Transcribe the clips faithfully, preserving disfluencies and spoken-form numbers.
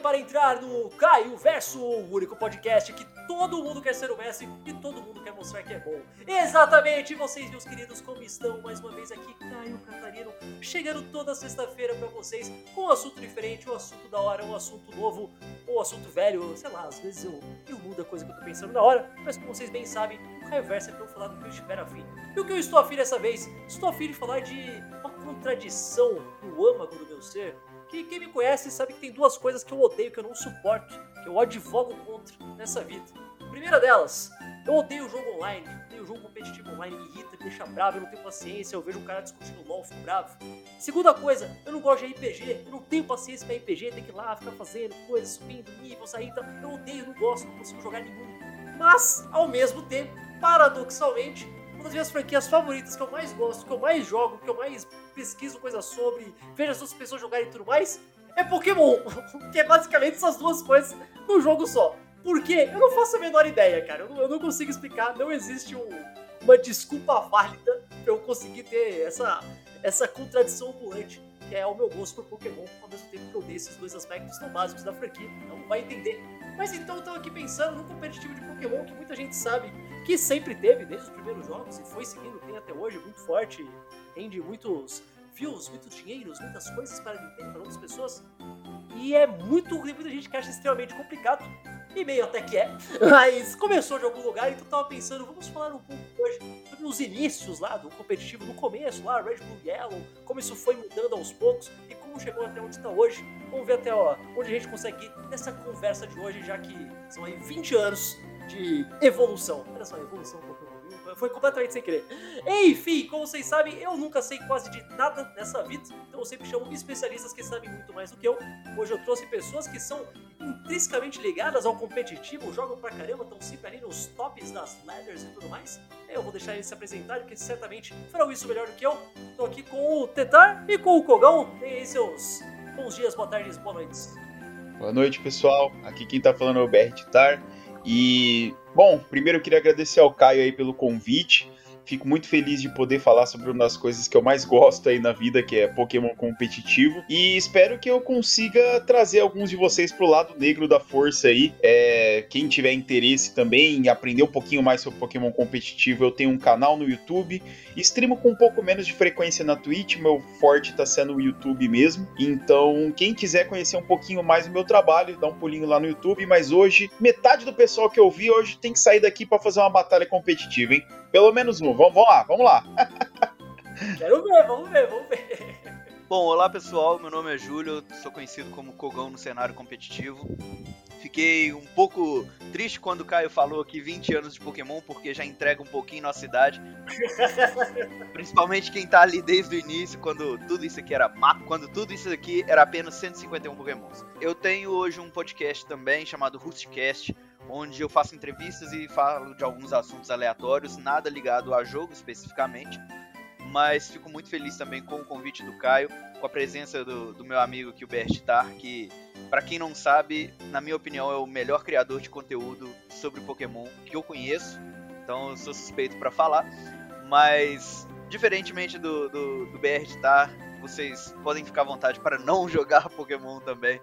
para entrar no Caio Verso, o único podcast que todo mundo quer ser o Messi e todo mundo quer mostrar que é bom. Exatamente, vocês, meus queridos, como estão? Mais uma vez aqui, Caio Catarino, chegando toda sexta-feira pra vocês com um assunto diferente, um assunto da hora, um assunto novo, ou um assunto velho, sei lá, às vezes eu, eu mudo a coisa que eu tô pensando na hora, mas como vocês bem sabem, o Caio Verso é pra eu falar do que eu estiver afim. E o que eu estou afim dessa vez? Estou afim de falar de uma contradição no âmago do meu ser. Que quem me conhece sabe que tem duas coisas que eu odeio, que eu não suporto, que eu advogo contra nessa vida. A primeira delas, eu odeio o jogo online, odeio o jogo competitivo online, me irrita, me deixa bravo, eu não tenho paciência, eu vejo um cara discutindo LOL, fico bravo. Segunda coisa, eu não gosto de R P G, eu não tenho paciência pra R P G, tem que ir lá, ficar fazendo coisas, subindo nível, saindo, então eu odeio, não gosto, não consigo jogar nenhum. Mas, ao mesmo tempo, paradoxalmente, uma das minhas franquias favoritas, que eu mais gosto, que eu mais jogo, que eu mais pesquiso coisas sobre, vejo as outras pessoas jogarem e tudo mais, é Pokémon, que é basicamente essas duas coisas num jogo só. Por quê? Eu não faço a menor ideia, cara, eu não, eu não consigo explicar, não existe um, uma desculpa válida pra eu conseguir ter essa, essa contradição ambulante, que é o meu gosto por Pokémon, ao mesmo tempo que eu dei esses dois aspectos tão básicos da franquia, então vai entender. Mas então eu tô aqui pensando no competitivo de Pokémon que muita gente sabe que sempre teve desde os primeiros jogos e foi seguindo, tem até hoje, muito forte, rende muitos views, muitos dinheiros, muitas coisas para Nintendo, para outras pessoas. E é muito, tem muita gente que acha extremamente complicado, e meio até que é, mas começou de algum lugar, então eu tava pensando, vamos falar um pouco hoje sobre os inícios lá do competitivo, no começo lá, Red, Blue, Yellow, como isso foi mudando aos poucos e como chegou até onde está hoje. Vamos ver até ó, onde a gente consegue ir nessa conversa de hoje, já que são aí vinte anos de evolução. Olha só, evolução foi completamente sem querer. Enfim, como vocês sabem, eu nunca sei quase de nada nessa vida, então eu sempre chamo especialistas que sabem muito mais do que eu. Hoje eu trouxe pessoas que são intrinsecamente ligadas ao competitivo, jogam pra caramba, estão sempre ali nos tops das ladders e tudo mais. Eu vou deixar eles se apresentarem, porque certamente farão isso melhor do que eu. Tô aqui com o Tetar e com o Kogão. Tem aí seus bons dias, boa tarde, boa noite. Boa noite, pessoal. Aqui quem tá falando é o B R Tetar. E, bom, primeiro eu queria agradecer ao Caio aí pelo convite. Fico muito feliz de poder falar sobre uma das coisas que eu mais gosto aí na vida, que é Pokémon competitivo. E espero que eu consiga trazer alguns de vocês pro lado negro da força aí. É, quem tiver interesse também em aprender um pouquinho mais sobre Pokémon competitivo, eu tenho um canal no YouTube. Streamo com um pouco menos de frequência na Twitch, meu forte tá sendo o YouTube mesmo. Então, quem quiser conhecer um pouquinho mais do meu trabalho, dá um pulinho lá no YouTube. Mas hoje, metade do pessoal que eu vi hoje tem que sair daqui pra fazer uma batalha competitiva, hein? Pelo menos um. Vamos, vamos lá, vamos lá. Quero ver, vamos ver, vamos ver. Bom, olá pessoal, meu nome é Júlio, sou conhecido como Kogão no cenário competitivo. Fiquei um pouco triste quando o Caio falou aqui vinte anos de Pokémon, porque já entrega um pouquinho nossa idade. Principalmente quem tá ali desde o início, quando tudo isso aqui era mato, quando tudo isso aqui era apenas cento e cinquenta e um Pokémons. Eu tenho hoje um podcast também chamado Rustcast, onde eu faço entrevistas e falo de alguns assuntos aleatórios, nada ligado a jogo especificamente. Mas fico muito feliz também com o convite do Caio, com a presença do, do meu amigo aqui, o B R Tetar, que, pra quem não sabe, na minha opinião, é o melhor criador de conteúdo sobre Pokémon que eu conheço, então eu sou suspeito pra falar, mas, diferentemente do, do, do B R Tetar, vocês podem ficar à vontade para não jogar Pokémon também,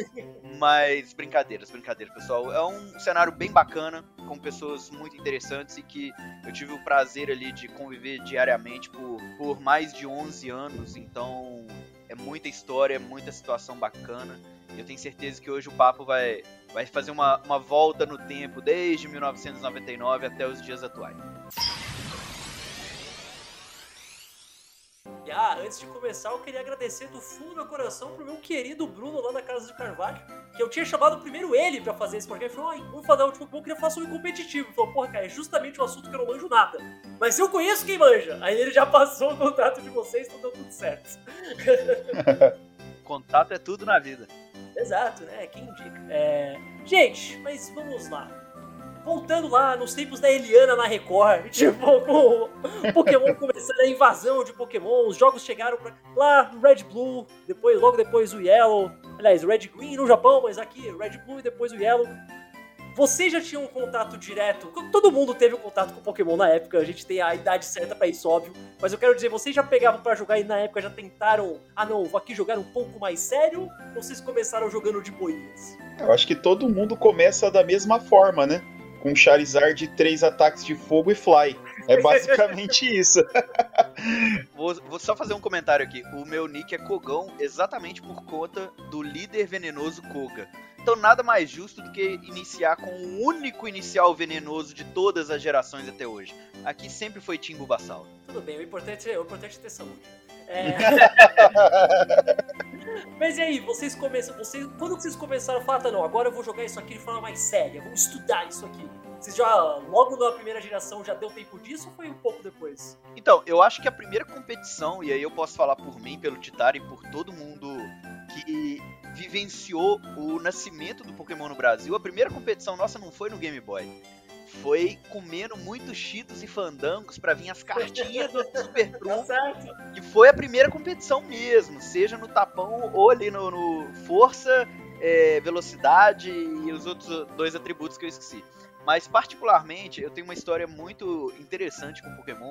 mas brincadeiras, brincadeiras, pessoal. É um cenário bem bacana, com pessoas muito interessantes e que eu tive o prazer ali de conviver diariamente por, por mais de onze anos, então é muita história, é muita situação bacana. Eu tenho certeza que hoje o papo vai, vai fazer uma, uma volta no tempo, desde mil novecentos e noventa e nove até os dias atuais. E ah, antes de começar, eu queria agradecer do fundo do meu coração pro meu querido Bruno lá da Casa de Carvalho, que eu tinha chamado primeiro ele pra fazer esse podcast. Ele falou, ai, vamos fazer o último Pokémon, eu queria falar sobre competitivo. Ele falou, porra, cara, é justamente o assunto que eu não manjo nada. Mas eu conheço quem manja. Aí ele já passou o contrato de vocês, então deu tudo certo. Contato é tudo na vida. Exato, né? Quem indica. É... Gente, mas vamos lá. Voltando lá nos tempos da Eliana na Record, tipo, com o Pokémon começando a invasão de Pokémon, os jogos chegaram pra lá no Red Blue, depois, logo depois o Yellow, aliás, Red Green no Japão, mas aqui Red Blue e depois o Yellow. vocês já tinham um contato direto? Todo mundo teve um contato com Pokémon na época, a gente tem a idade certa pra isso, óbvio. Mas eu quero dizer, vocês já pegavam pra jogar e na época já tentaram, ah não, vou aqui jogar um pouco mais sério? Ou vocês começaram jogando de boinhas? Eu acho que todo mundo começa da mesma forma, né? Com Charizard de três ataques de fogo e Fly. É basicamente isso. Vou, vou só fazer um comentário aqui. O meu nick é Kogão exatamente por conta do líder venenoso Koga. Então nada mais justo do que iniciar com o único inicial venenoso de todas as gerações até hoje. Aqui sempre foi Team Bulbasaur. Tudo bem, o importante é, o importante é ter saúde. É... Mas e aí, vocês começam. Vocês, quando vocês começaram a falar, tá, não, agora eu vou jogar isso aqui de forma mais séria, vou estudar isso aqui. Vocês já, logo na primeira geração, já deu tempo disso ou foi um pouco depois? Então, eu acho que a primeira competição, e aí eu posso falar por mim, pelo Titara e por todo mundo que vivenciou o nascimento do Pokémon no Brasil, a primeira competição nossa não foi no Game Boy. Foi comendo muitos Cheetos e Fandangos pra vir as cartinhas do Super Trunfo. E foi a primeira competição mesmo, seja no tapão ou ali no, no força, é, velocidade e os outros dois atributos que eu esqueci. Mas particularmente eu tenho uma história muito interessante com Pokémon,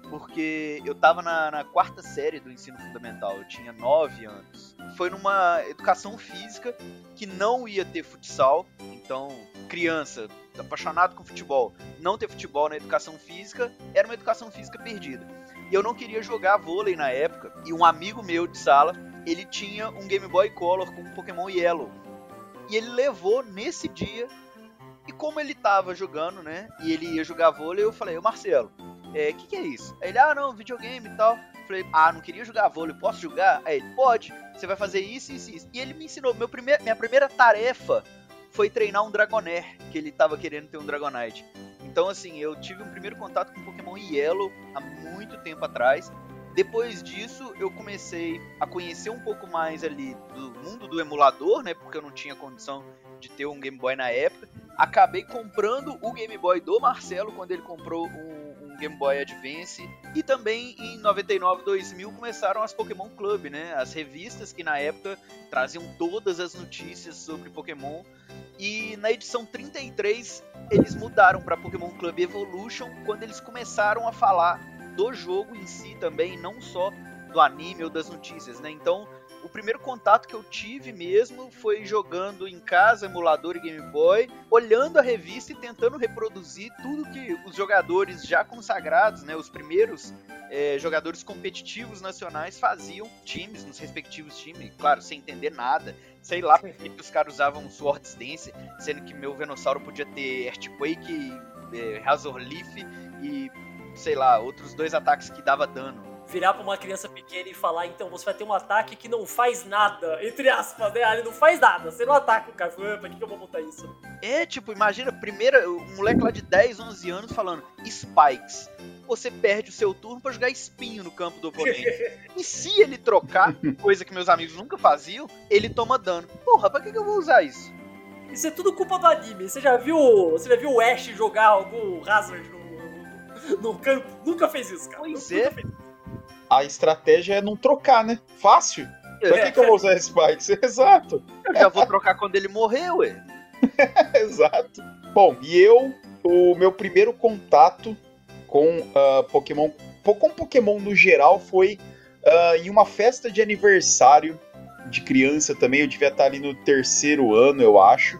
porque eu tava na, na quarta série do ensino fundamental, eu tinha nove anos. Foi numa educação física que não ia ter futsal, então criança, apaixonado com futebol, não ter futebol na educação física, era uma educação física perdida. E eu não queria jogar vôlei na época, e um amigo meu de sala, ele tinha um Game Boy Color com um Pokémon Yellow. E ele levou nesse dia, e como ele tava jogando, né, e ele ia jogar vôlei, eu falei, ô Marcelo, é, que que é isso? Aí ele, ah não, videogame e tal. Eu falei, ah, não queria jogar vôlei, posso jogar? Aí ele, pode, você vai fazer isso, isso, isso. E ele me ensinou, meu primeir, minha primeira tarefa foi treinar um Dragonair, que ele tava querendo ter um Dragonite. Então assim, eu tive um primeiro contato com Pokémon Yellow há muito tempo atrás. Depois disso, eu comecei a conhecer um pouco mais ali do mundo do emulador, né, porque eu não tinha condição de ter um Game Boy na época. Acabei comprando o Game Boy do Marcelo quando ele comprou um, um Game Boy Advance. E também em noventa e nove, dois mil começaram as Pokémon Club, né? As revistas que na época traziam todas as notícias sobre Pokémon. E na edição trinta e três eles mudaram para Pokémon Club Evolution quando eles começaram a falar do jogo em si também, não só do anime ou das notícias, né? Então, o primeiro contato que eu tive mesmo foi jogando em casa, emulador e Game Boy, olhando a revista e tentando reproduzir tudo que os jogadores já consagrados, né, os primeiros é, jogadores competitivos nacionais faziam, times, nos respectivos times, claro, sem entender nada, sei lá porque os caras usavam Swords Dance, sendo que meu Venossauro podia ter Earthquake, é, Razor Leaf e, sei lá, outros dois ataques que dava dano. Virar pra uma criança pequena e falar, então, você vai ter um ataque que não faz nada, entre aspas, né? Ele não faz nada, você não ataca o cara. Pra que, que eu vou botar isso? É, tipo, imagina, primeiro, um moleque lá de dez, onze anos falando, Spikes, você perde o seu turno pra jogar espinho no campo do oponente. E se ele trocar, coisa que meus amigos nunca faziam, ele toma dano. Porra, pra que, que eu vou usar isso? Isso é tudo culpa do anime. Você já viu, você já viu o Ash jogar algum Hazard no, no, no campo? Nunca fez isso, cara. Pois nunca é. Fez isso. A estratégia é não trocar, né? Fácil. Pra que, que eu vou usar Spikes? Exato. Eu já vou trocar quando ele morrer, ué. Exato. Bom, e eu, o meu primeiro contato com uh, Pokémon, com Pokémon no geral foi uh, em uma festa de aniversário de criança também. Eu devia estar ali no terceiro ano, eu acho.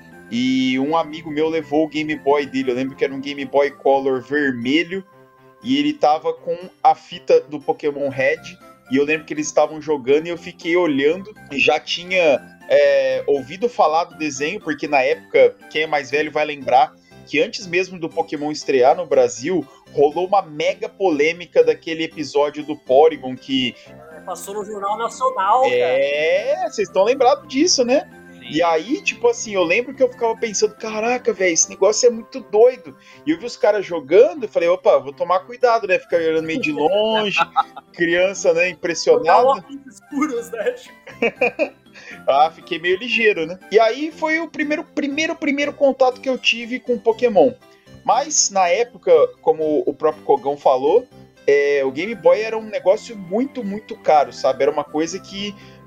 E um amigo meu levou o Game Boy dele. Eu lembro que era um Game Boy Color vermelho. E ele tava com a fita do Pokémon Red. E eu lembro que eles estavam jogando e eu fiquei olhando. E já tinha é, ouvido falar do desenho, porque na época, quem é mais velho vai lembrar que antes mesmo do Pokémon estrear no Brasil, rolou uma mega polêmica daquele episódio do Porygon que... É, passou no Jornal Nacional, cara. É, vocês estão lembrados disso, né? E aí, tipo assim, eu lembro que eu ficava pensando, caraca, velho, esse negócio é muito doido. E eu vi os caras jogando e falei, opa, vou tomar cuidado, né? Ficar olhando meio de longe, criança, né, impressionada. Escuros, né? Ah, fiquei meio ligeiro, né? E aí foi o primeiro, primeiro, primeiro contato que eu tive com Pokémon. Mas, na época, como o próprio Kogão falou, é, o Game Boy era um negócio muito, muito caro, sabe? Era uma coisa que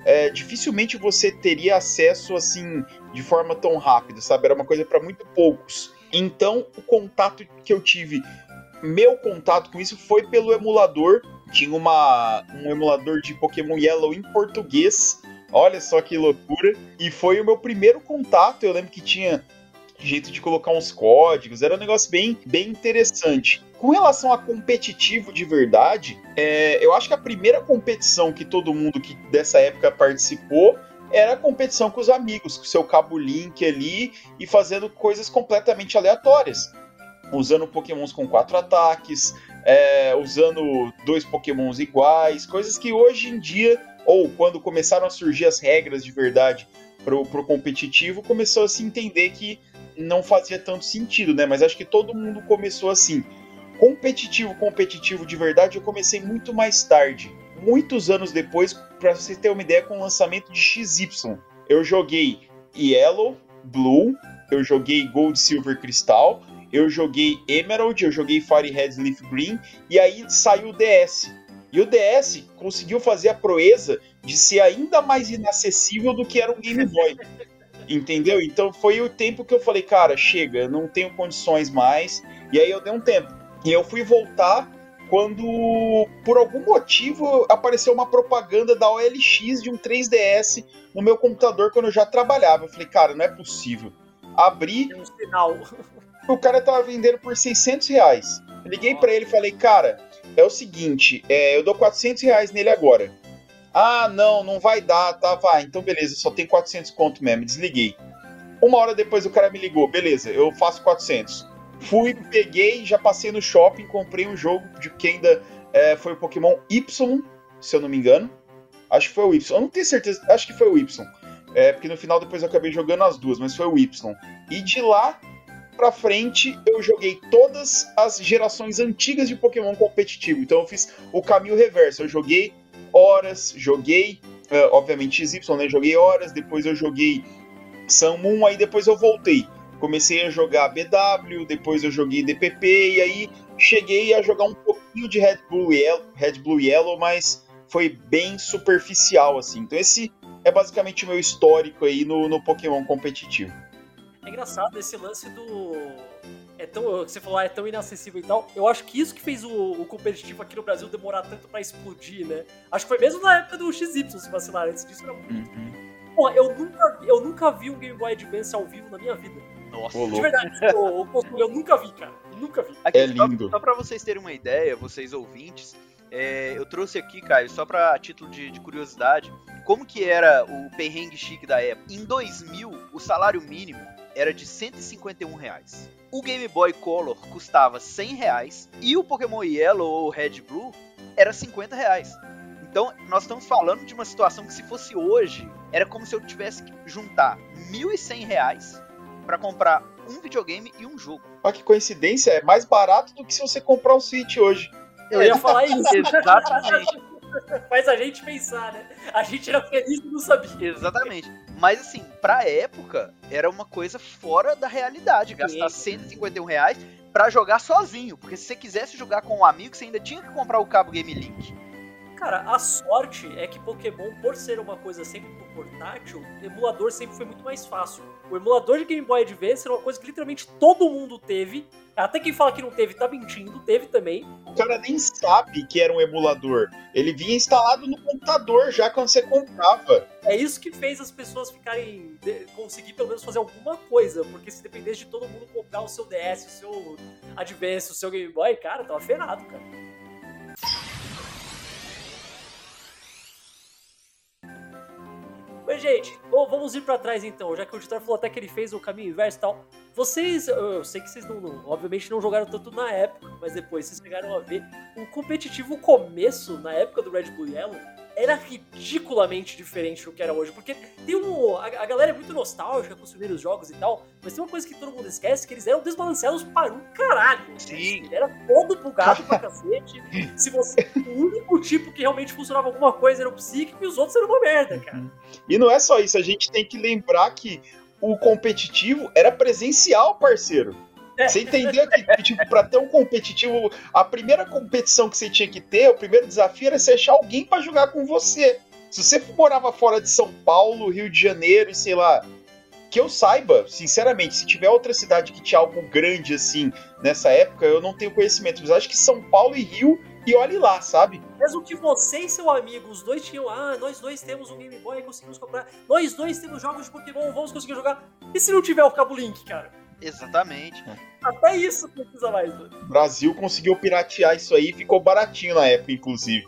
é, dificilmente você teria acesso assim de forma tão rápida, sabe? Era uma coisa para muito poucos. Então, o contato que eu tive, meu contato com isso foi pelo emulador. Tinha uma, um emulador de Pokémon Yellow em português. Olha só que loucura. E foi o meu primeiro contato. Eu lembro que tinha jeito de colocar uns códigos. Era um negócio bem, bem interessante. Com relação a competitivo de verdade, é, eu acho que a primeira competição que todo mundo que dessa época participou era a competição com os amigos, com o seu cabo Link ali e fazendo coisas completamente aleatórias. Usando Pokémons com quatro ataques, é, usando dois Pokémons iguais, coisas que hoje em dia, ou quando começaram a surgir as regras de verdade pro, pro competitivo, começou a se entender que não fazia tanto sentido, né? Mas acho que todo mundo começou assim. Competitivo, competitivo de verdade, eu comecei muito mais tarde. Muitos anos depois, pra você ter uma ideia, com o lançamento de X Y. Eu joguei Yellow, Blue, eu joguei Gold, Silver, Crystal, eu joguei Emerald, eu joguei Fire Red, Leaf Green, e aí saiu o D S. E o D S conseguiu fazer a proeza de ser ainda mais inacessível do que era um Game Boy. Entendeu? Então foi o tempo que eu falei, cara, chega, eu não tenho condições mais. E aí eu dei um tempo. E eu fui voltar quando, por algum motivo, apareceu uma propaganda da O L X de um três D S no meu computador quando eu já trabalhava. Eu falei, cara, não é possível. Abri, Tem um sinal. o cara tava vendendo por seiscentos reais. Eu liguei pra ele e falei, cara, é o seguinte, é, eu dou quatrocentos reais nele agora. Ah, não, não vai dar, tá, vai. Então beleza, só tem quatrocentos conto mesmo, desliguei. Uma hora depois o cara me ligou, beleza, eu faço quatrocentos. Fui, peguei, já passei no shopping, comprei um jogo de que ainda é, foi o Pokémon Y, se eu não me engano. Acho que foi o Y, eu não tenho certeza, acho que foi o Y. É, porque no final depois eu acabei jogando as duas, mas foi o Y. E de lá pra frente eu joguei todas as gerações antigas de Pokémon competitivo. Então eu fiz o caminho reverso, eu joguei horas, joguei, uh, obviamente X Y, né? Joguei horas, depois eu joguei Sun Moon, aí depois eu voltei. Comecei a jogar B W, depois eu joguei D P P, e aí cheguei a jogar um pouquinho de Red Blue Yellow, Red Blue Yellow, mas foi bem superficial, assim. Então esse é basicamente o meu histórico aí no, no Pokémon competitivo. É engraçado esse lance do... É tão, você falou, ah, é tão inacessível e tal. Eu acho que isso que fez o, o competitivo aqui no Brasil demorar tanto pra explodir, né? Acho que foi mesmo na época do X Y, se vacilar. Antes disso era muito. Uhum. Pô, eu nunca, eu nunca vi um Game Boy Advance ao vivo na minha vida. Nossa, Ô, De verdade, o, o console eu nunca vi, cara. Eu nunca vi. Aqui, É só- lindo. Só, pra vocês terem uma ideia, vocês ouvintes, é, eu trouxe aqui, Caio, só pra título de, de curiosidade, como que era o perrengue chique da época. Em dois mil, o salário mínimo era de cento e cinquenta e um reais. O Game Boy Color custava cem reais e o Pokémon Yellow ou Red Blue era cinquenta reais. Então, nós estamos falando de uma situação que, se fosse hoje, era como se eu tivesse que juntar mil e cem reais pra comprar um videogame e um jogo. Olha que coincidência, é mais barato do que se você comprar um Switch hoje. Eu ia falar isso. Exatamente. Faz a gente pensar, né? A gente era feliz e não sabia. Exatamente. Mas assim, pra época, era uma coisa fora da realidade. Gastar Sim. cento e cinquenta e um reais pra jogar sozinho. Porque se você quisesse jogar com um amigo, você ainda tinha que comprar o cabo Game Link. Cara, a sorte é que Pokémon, por ser uma coisa sempre pro portátil, emulador sempre foi muito mais fácil. O emulador de Game Boy Advance era uma coisa que literalmente todo mundo teve. Até quem fala que não teve tá mentindo, teve também. O cara nem sabe que era um emulador. Ele vinha instalado no computador já quando você comprava. É isso que fez as pessoas ficarem. de- conseguir pelo menos fazer alguma coisa. Porque se dependesse de todo mundo comprar o seu D S, o seu Advance, o seu Game Boy, cara, tava ferrado, cara. Mas, gente, bom, vamos ir pra trás então, já que o editor falou até que ele fez o caminho inverso e tal. Vocês, eu eu sei que vocês não, não- obviamente não jogaram tanto na época, mas depois vocês chegaram a ver o competitivo começo, na época do Red Blue Yellow, era ridiculamente diferente do que era hoje, porque tem um, a, a galera é muito nostálgica com os primeiros jogos e tal, mas tem uma coisa que todo mundo esquece, que eles eram desbalanceados para um caralho. né? Sim. Ele era todo bugado pra cacete. Se você, o único tipo que realmente funcionava alguma coisa era o psíquico e os outros eram uma merda, cara. E não é só isso, a gente tem que lembrar que o competitivo era presencial, parceiro. É. Você entendeu que, que, tipo, pra ter um competitivo, a primeira competição que você tinha que ter, o primeiro desafio era você achar alguém pra jogar com você. Se você morava fora de São Paulo, Rio de Janeiro e sei lá, que eu saiba, sinceramente, se tiver outra cidade que tinha algo grande assim nessa época, eu não tenho conhecimento, mas acho que São Paulo e Rio, e olhe lá, sabe? Mesmo que você e seu amigo, os dois tinham, ah, nós dois temos um Game Boy e conseguimos comprar, nós dois temos jogos de Pokémon, vamos conseguir jogar. E se não tiver o Cabo Link, cara? Exatamente. Até isso precisa mais, mano. O Brasil conseguiu piratear isso aí, ficou baratinho na época, inclusive.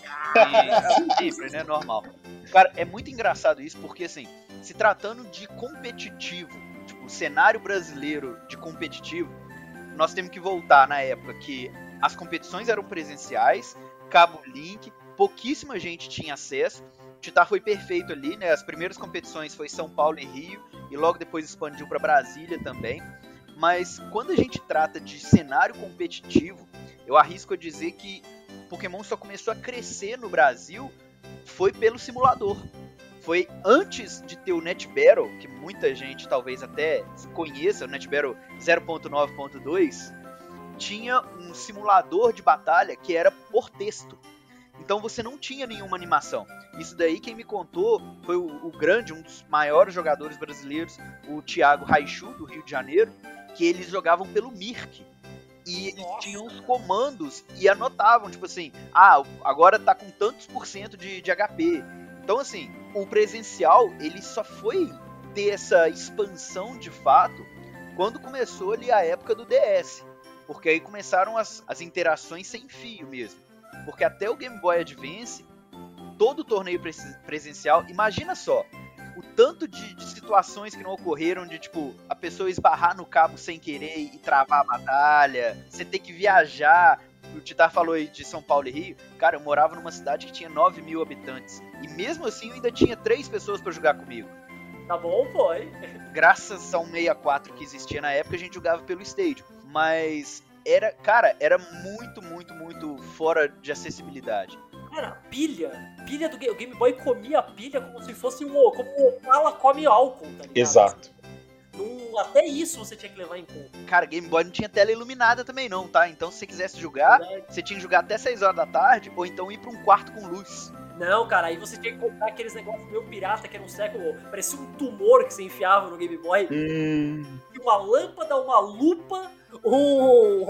E, sempre, né? Normal. Cara, é muito engraçado isso, porque assim, se tratando de competitivo, tipo, o cenário brasileiro de competitivo, nós temos que voltar na época que as competições eram presenciais, Cabo Link, pouquíssima gente tinha acesso. O Titar foi perfeito ali, né? As primeiras competições foi São Paulo e Rio, e logo depois expandiu para Brasília também. Mas quando a gente trata de cenário competitivo, eu arrisco a dizer que Pokémon só começou a crescer no Brasil foi pelo simulador. Foi antes de ter o NetBattle, que muita gente talvez até conheça, o NetBattle zero ponto nove ponto dois, tinha um simulador de batalha que era por texto. Então você não tinha nenhuma animação. Isso daí quem me contou foi o, o grande, um dos maiores jogadores brasileiros, o Thiago Raichu, do Rio de Janeiro, que eles jogavam pelo Mirk. E eles tinham os comandos e anotavam, tipo assim, ah, agora tá com tantos por cento de, de H P. Então assim, o presencial, ele só foi ter essa expansão de fato quando começou ali a época do D S. Porque aí começaram as, as interações sem fio mesmo. Porque até o Game Boy Advance, todo torneio presencial, imagina só, o tanto de, de situações que não ocorreram de, tipo, a pessoa esbarrar no cabo sem querer e travar a batalha, você ter que viajar. O Titar falou aí de São Paulo e Rio. Cara, eu morava numa cidade que tinha nove mil habitantes. E mesmo assim eu ainda tinha três pessoas pra jogar comigo. Tá bom, foi. Graças ao sessenta e quatro que existia na época, a gente jogava pelo Stadium. Mas era, cara, era muito, muito, muito fora de acessibilidade. Cara, pilha, pilha do Game, o Game Boy comia a pilha como se fosse um, como o Opala come álcool, tá ligado? Exato. Num, até isso você tinha que levar em conta. Cara, Game Boy não tinha tela iluminada também não, tá? Então se você quisesse jogar, é. Você tinha que jogar até seis horas da tarde, ou então ir pra um quarto com luz. Não, cara, aí você tinha que comprar aqueles negócios meio pirata, que era um século, parecia um tumor que você enfiava no Game Boy. Hum. E uma lâmpada, uma lupa, um...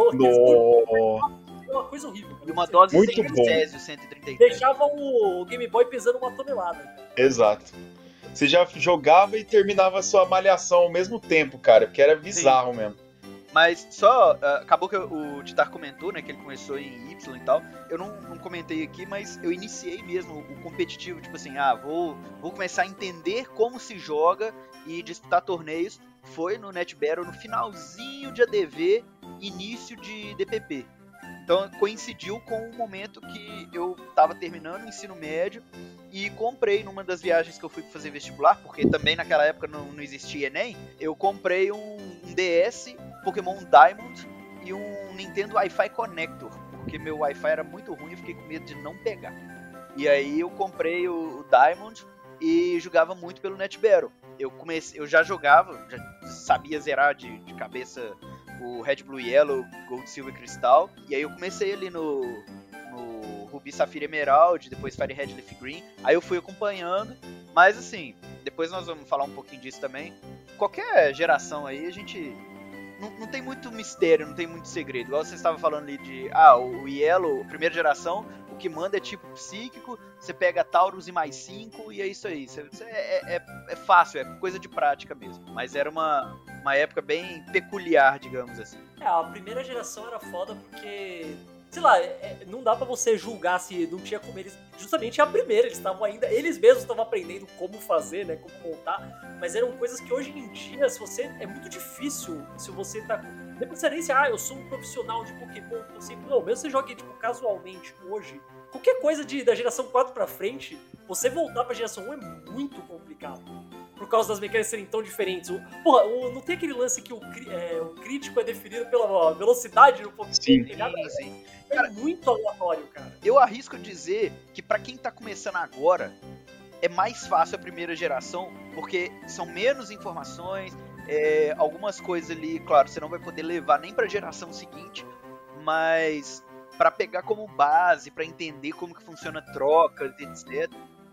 No... uma coisa horrível. E uma dose muito de Césio cento e trinta e três. Deixava o Game Boy pesando uma tonelada. Exato. Você já jogava e terminava a sua malhação ao mesmo tempo, cara, porque era bizarro Sim. mesmo. Mas só, uh, acabou que o Titar comentou, né, que ele começou em Y e tal. Eu não, não comentei aqui, mas eu iniciei mesmo o competitivo, tipo assim, ah, vou, vou começar a entender como se joga e disputar torneios. Foi no NetBattle, no finalzinho de A D V, início de D P P. Então coincidiu com o momento que eu tava terminando o ensino médio e comprei numa das viagens que eu fui fazer vestibular, porque também naquela época não, não existia Enem, eu comprei um, um D S, Pokémon Diamond e um Nintendo Wi-Fi Connector, porque meu Wi-Fi era muito ruim e eu fiquei com medo de não pegar. E aí eu comprei o, o Diamond e jogava muito pelo NetBattle. Eu, comecei, eu já jogava, já sabia zerar de, de cabeça o Red, Blue, Yellow, Gold, Silver e Crystal. E aí eu comecei ali no, no Ruby, Safira, Emerald, depois Fire Red, Leaf Green. Aí eu fui acompanhando, mas assim, depois nós vamos falar um pouquinho disso também. Qualquer geração aí, a gente... Não, não tem muito mistério, não tem muito segredo. Igual você estava falando ali de... Ah, o Yellow, primeira geração, o que manda é tipo psíquico, você pega Taurus e mais cinco e é isso aí. Você, você, é, é, é fácil, é coisa de prática mesmo. Mas era uma, uma época bem peculiar, digamos assim. É, a primeira geração era foda porque... Sei lá, é, não dá pra você julgar se não tinha como eles... Justamente a primeira, eles estavam ainda... Eles mesmos estavam aprendendo como fazer, né? Como montar. Mas eram coisas que hoje em dia, se você... É muito difícil se você tá... Não precisa nem ser, ah, eu sou um profissional de Pokémon. Então sempre... Não, mesmo você jogue, tipo, casualmente hoje. Qualquer coisa de, da geração quatro pra frente, você voltar pra geração um é muito complicado. Por causa das mecânicas serem tão diferentes. O, porra, o, não tem aquele lance que o, é, o crítico é definido pela velocidade no Pokémon? Sim, sim, sim. É cara, muito aleatório, cara. Eu arrisco dizer que pra quem tá começando agora, é mais fácil a primeira geração, porque são menos informações, é, algumas coisas ali, claro, você não vai poder levar nem pra geração seguinte, mas pra pegar como base, pra entender como que funciona trocas, etcétera,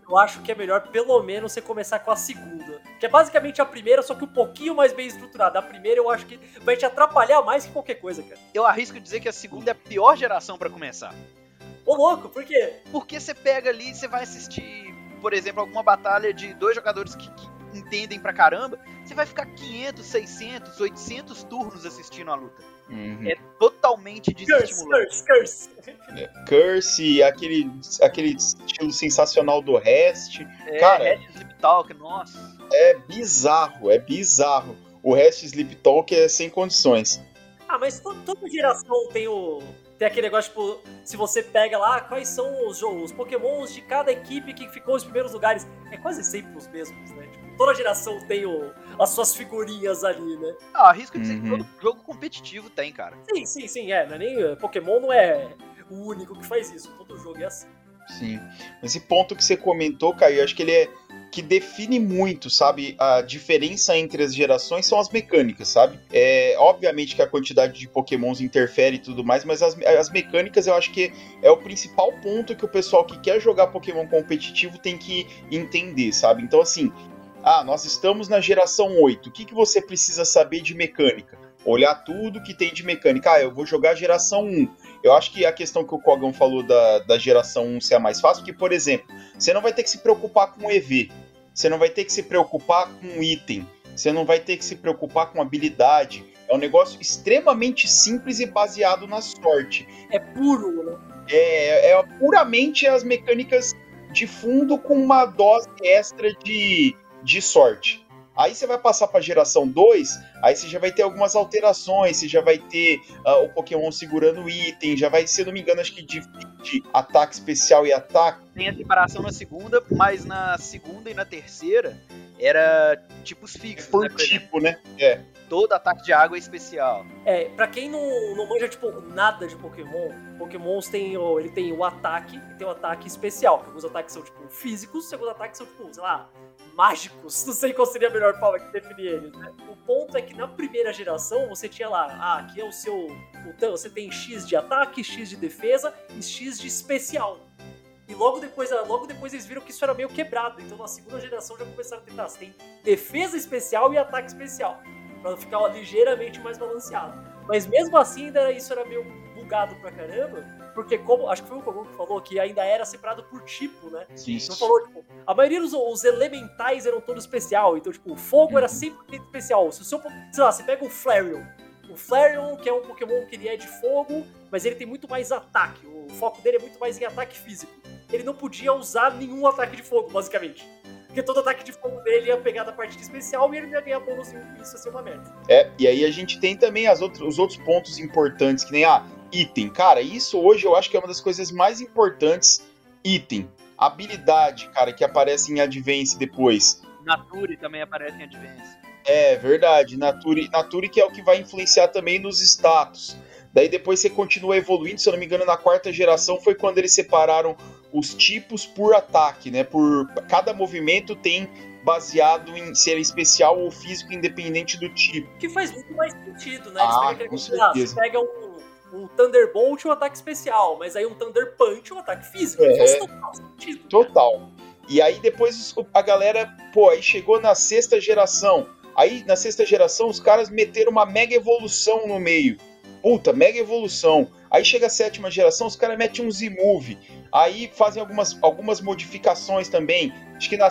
eu acho que é melhor pelo menos você começar com a segunda. Que é basicamente a primeira, só que um pouquinho mais bem estruturada. A primeira eu acho que vai te atrapalhar mais que qualquer coisa, cara. Eu arrisco dizer que a segunda é a pior geração pra começar. Ô louco, por quê? Porque você pega ali e você vai assistir, por exemplo, alguma batalha de dois jogadores que, que entendem pra caramba, você vai ficar quinhentos, seiscentos, oitocentos turnos assistindo a luta. Uhum. É totalmente desestimulante. Curse, curse, curse. É, Curse, aquele, aquele estilo sensacional do Rest. É, Cara, Red Sleep Talk, nossa. é bizarro, é bizarro. O Rest Sleep Talk é sem condições. Ah, mas to- toda geração tem o... Tem aquele negócio, tipo, se você pega lá, quais são os, os pokémons de cada equipe que ficou nos primeiros lugares. É quase sempre os mesmos, né? Tipo, toda geração tem o, as suas figurinhas ali, né? Ah, arrisco dizer que Uhum. todo jogo competitivo tem, cara. Sim, sim, sim, é. Não é nem, Pokémon não é o único que faz isso. Todo jogo é assim. Sim. Esse ponto que você comentou, Caio, eu acho que ele é que define muito, sabe? A diferença entre as gerações são as mecânicas, sabe? É, obviamente que a quantidade de pokémons interfere e tudo mais, mas as, as mecânicas eu acho que é o principal ponto que o pessoal que quer jogar Pokémon competitivo tem que entender, sabe? Então, assim, ah, nós estamos na geração oito, o que, que você precisa saber de mecânica? Olhar tudo que tem de mecânica. Ah, eu vou jogar a geração um. Eu acho que a questão que o Kogan falou da, da geração um ser a mais fácil, porque, por exemplo, você não vai ter que se preocupar com o E V, você não vai ter que se preocupar com item, você não vai ter que se preocupar com habilidade. É um negócio extremamente simples e baseado na sorte. É puro, né? É, é puramente as mecânicas de fundo com uma dose extra de, de sorte. Aí você vai passar para a geração dois, aí você já vai ter algumas alterações, você já vai ter uh, o Pokémon segurando item, já vai, se eu não me engano, acho que de, de ataque especial e ataque. Tem a separação na segunda, mas na segunda e na terceira era tipos fixos, Por né? Por exemplo, tipo, né? É. todo ataque de água é especial. É, pra quem não, não manja, tipo, nada de Pokémon, Pokémons tem o, ele tem o ataque e tem o ataque especial. Alguns ataques são, tipo, físicos, segundo ataques são, tipo, sei lá, mágicos. Não sei qual seria a melhor forma de definir eles, né? O ponto é que na primeira geração você tinha lá, ah, aqui é o seu... Então, você tem X de ataque, X de defesa e X de especial. E logo depois, logo depois eles viram que isso era meio quebrado. Então na segunda geração já começaram a tentar. Você tem defesa especial e ataque especial. Pra ficar ligeiramente mais balanceado. Mas mesmo assim, ainda isso era meio bugado pra caramba. Porque como, acho que foi o Kogon que falou que ainda era separado por tipo, né? Isso. Não falou, tipo, a maioria dos os elementais eram todos especial. Então, tipo, o fogo era sempre especial. Se o seu, sei lá, você pega o Flareon. O Flareon, que é um Pokémon que ele é de fogo, mas ele tem muito mais ataque. O foco dele é muito mais em ataque físico. Ele não podia usar nenhum ataque de fogo, basicamente. Porque todo ataque de fogo dele ia pegar da parte de especial e ele não ia ganhar bônus e isso ia ser uma merda. É, e aí a gente tem também as outros, os outros pontos importantes, que nem, ah, item. Cara, isso hoje eu acho que é uma das coisas mais importantes. Item. Habilidade, cara, que aparece em Advance depois. Nature também aparece em Advance. É, verdade. Nature, Nature que é o que vai influenciar também nos status. Daí depois você continua evoluindo, se eu não me engano, na quarta geração foi quando eles separaram os tipos por ataque, né? Por cada movimento tem baseado em ser especial ou físico, independente do tipo. Que faz muito mais sentido, né? Ah, Eles pegam com aquele, ah, certeza. você pega um, um Thunderbolt e um ataque especial, mas aí um Thunder Punch e um ataque físico. É. Faz total sentido. cara. Total. E aí depois a galera, pô, aí chegou na sexta geração. Aí na sexta geração os caras meteram uma mega evolução no meio. Puta, mega evolução. Aí chega a sétima geração, os caras metem um Z-Move. Aí fazem algumas, algumas modificações também. Acho que na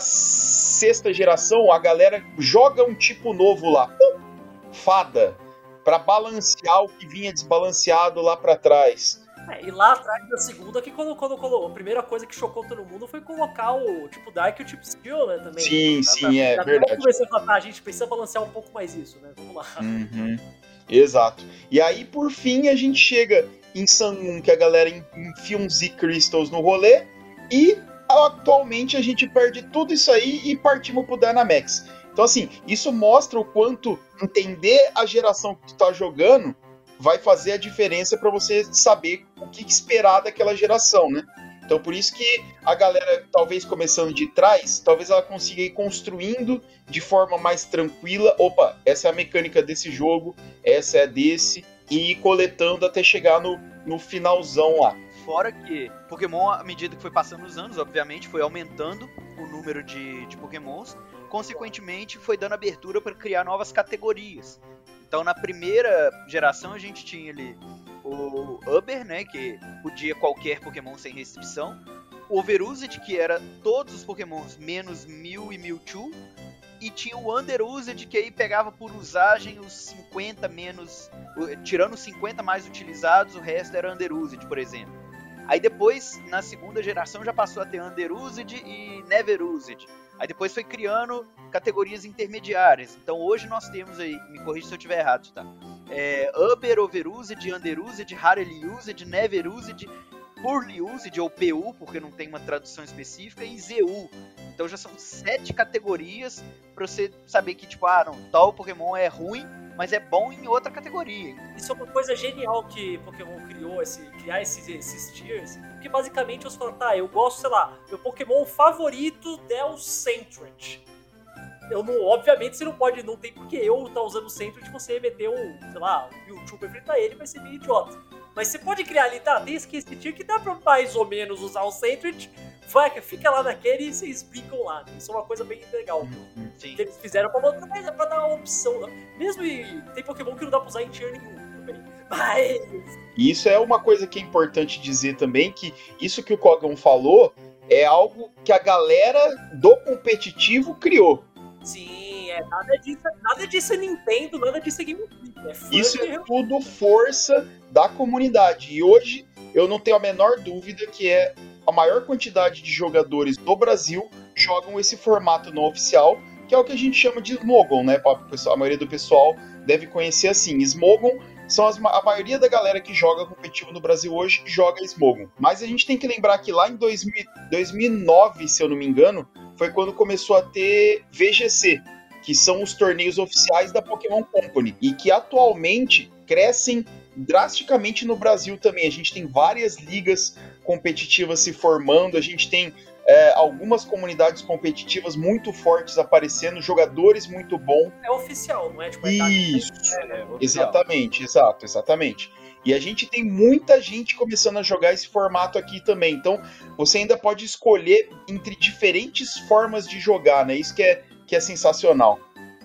sexta geração a galera joga um tipo novo lá. Pum, fada. Pra balancear o que vinha desbalanceado lá pra trás. É, e lá atrás da segunda, que quando, quando, quando a primeira coisa que chocou todo mundo foi colocar o tipo Dark e o tipo Skill, né, também. Sim, Tá- sim, tá- é tá- verdade. Começou a falar, tá, a gente precisa balancear um pouco mais isso, né, vamos lá. Uhum, exato. E aí, por fim, a gente chega em Sun Moon, que a galera enfia uns Z-Crystals no rolê, e atualmente a gente perde tudo isso aí e partimos pro Dynamax. Então, assim, isso mostra o quanto entender a geração que tu tá jogando vai fazer a diferença para você saber o que esperar daquela geração, né? Então, por isso que a galera, talvez começando de trás, talvez ela consiga ir construindo de forma mais tranquila. Opa, essa é a mecânica desse jogo, essa é desse, e ir coletando até chegar no, no finalzão lá. Fora que Pokémon, à medida que foi passando os anos, obviamente, foi aumentando o número de, de Pokémons. Consequentemente, foi dando abertura para criar novas categorias. Então, na primeira geração, a gente tinha ali o Uber, né, que podia qualquer Pokémon sem restrição. O Overused, que era todos os Pokémons menos Mew e Mewtwo. E tinha o Underused, que aí pegava por usagem os cinquenta menos... Tirando os cinquenta mais utilizados, o resto era Underused, por exemplo. Aí depois, na segunda geração, já passou a ter Underused e Neverused. Aí depois foi criando categorias intermediárias. Então hoje nós temos aí, me corrija se eu estiver errado, tá? É, Uber, Overused, Underused, Rarely Used, Neverused, Poorly Used, ou P U, porque não tem uma tradução específica, e Z U. Então já são sete categorias pra você saber que, tipo, ah, não, tal Pokémon é ruim, mas é bom em outra categoria. Isso é uma coisa genial que Pokémon criou, esse, criar esses, esses tiers, porque basicamente você fala, tá, eu gosto, sei lá, meu Pokémon favorito é o Sentret. Eu não, obviamente você não pode, não tem porque eu tá usando o Sentret e você meter um, sei lá, um Mewtwo pra enfrentar ele, vai ser meio idiota. Mas você pode criar ali, tá, tem esse tier que dá pra mais ou menos usar o Sentret, vai, fica lá naquele e vocês brincam lá. Isso é uma coisa bem legal. Sim. Que eles fizeram pra, mas é pra dar uma opção. Mesmo e tem Pokémon que não dá pra usar em tier nenhum também. Mas... E isso é uma coisa que é importante dizer também, que isso que o Cogão falou é algo que a galera do competitivo criou. Sim, é, nada disso, nada disso é Nintendo, nada disso é Game Freak. É isso é tudo força da comunidade. E hoje eu não tenho a menor dúvida que é a maior quantidade de jogadores do Brasil jogam esse formato não oficial, que é o que a gente chama de Smogon, né? A maioria do pessoal deve conhecer assim. Smogon são as, a maioria da galera que joga competitivo no Brasil hoje joga Smogon. Mas a gente tem que lembrar que lá em dois mil, dois mil e nove, se eu não me engano, foi quando começou a ter V G C, que são os torneios oficiais da Pokémon Company, e que atualmente crescem drasticamente no Brasil também. A gente tem várias ligas competitivas se formando, a gente tem é, algumas comunidades competitivas muito fortes aparecendo, jogadores muito bons. É oficial, não é? Tipo, é Isso, é, é exatamente, exato, exatamente. E a gente tem muita gente começando a jogar esse formato aqui também. Então, você ainda pode escolher entre diferentes formas de jogar, né? Isso que é, que é sensacional.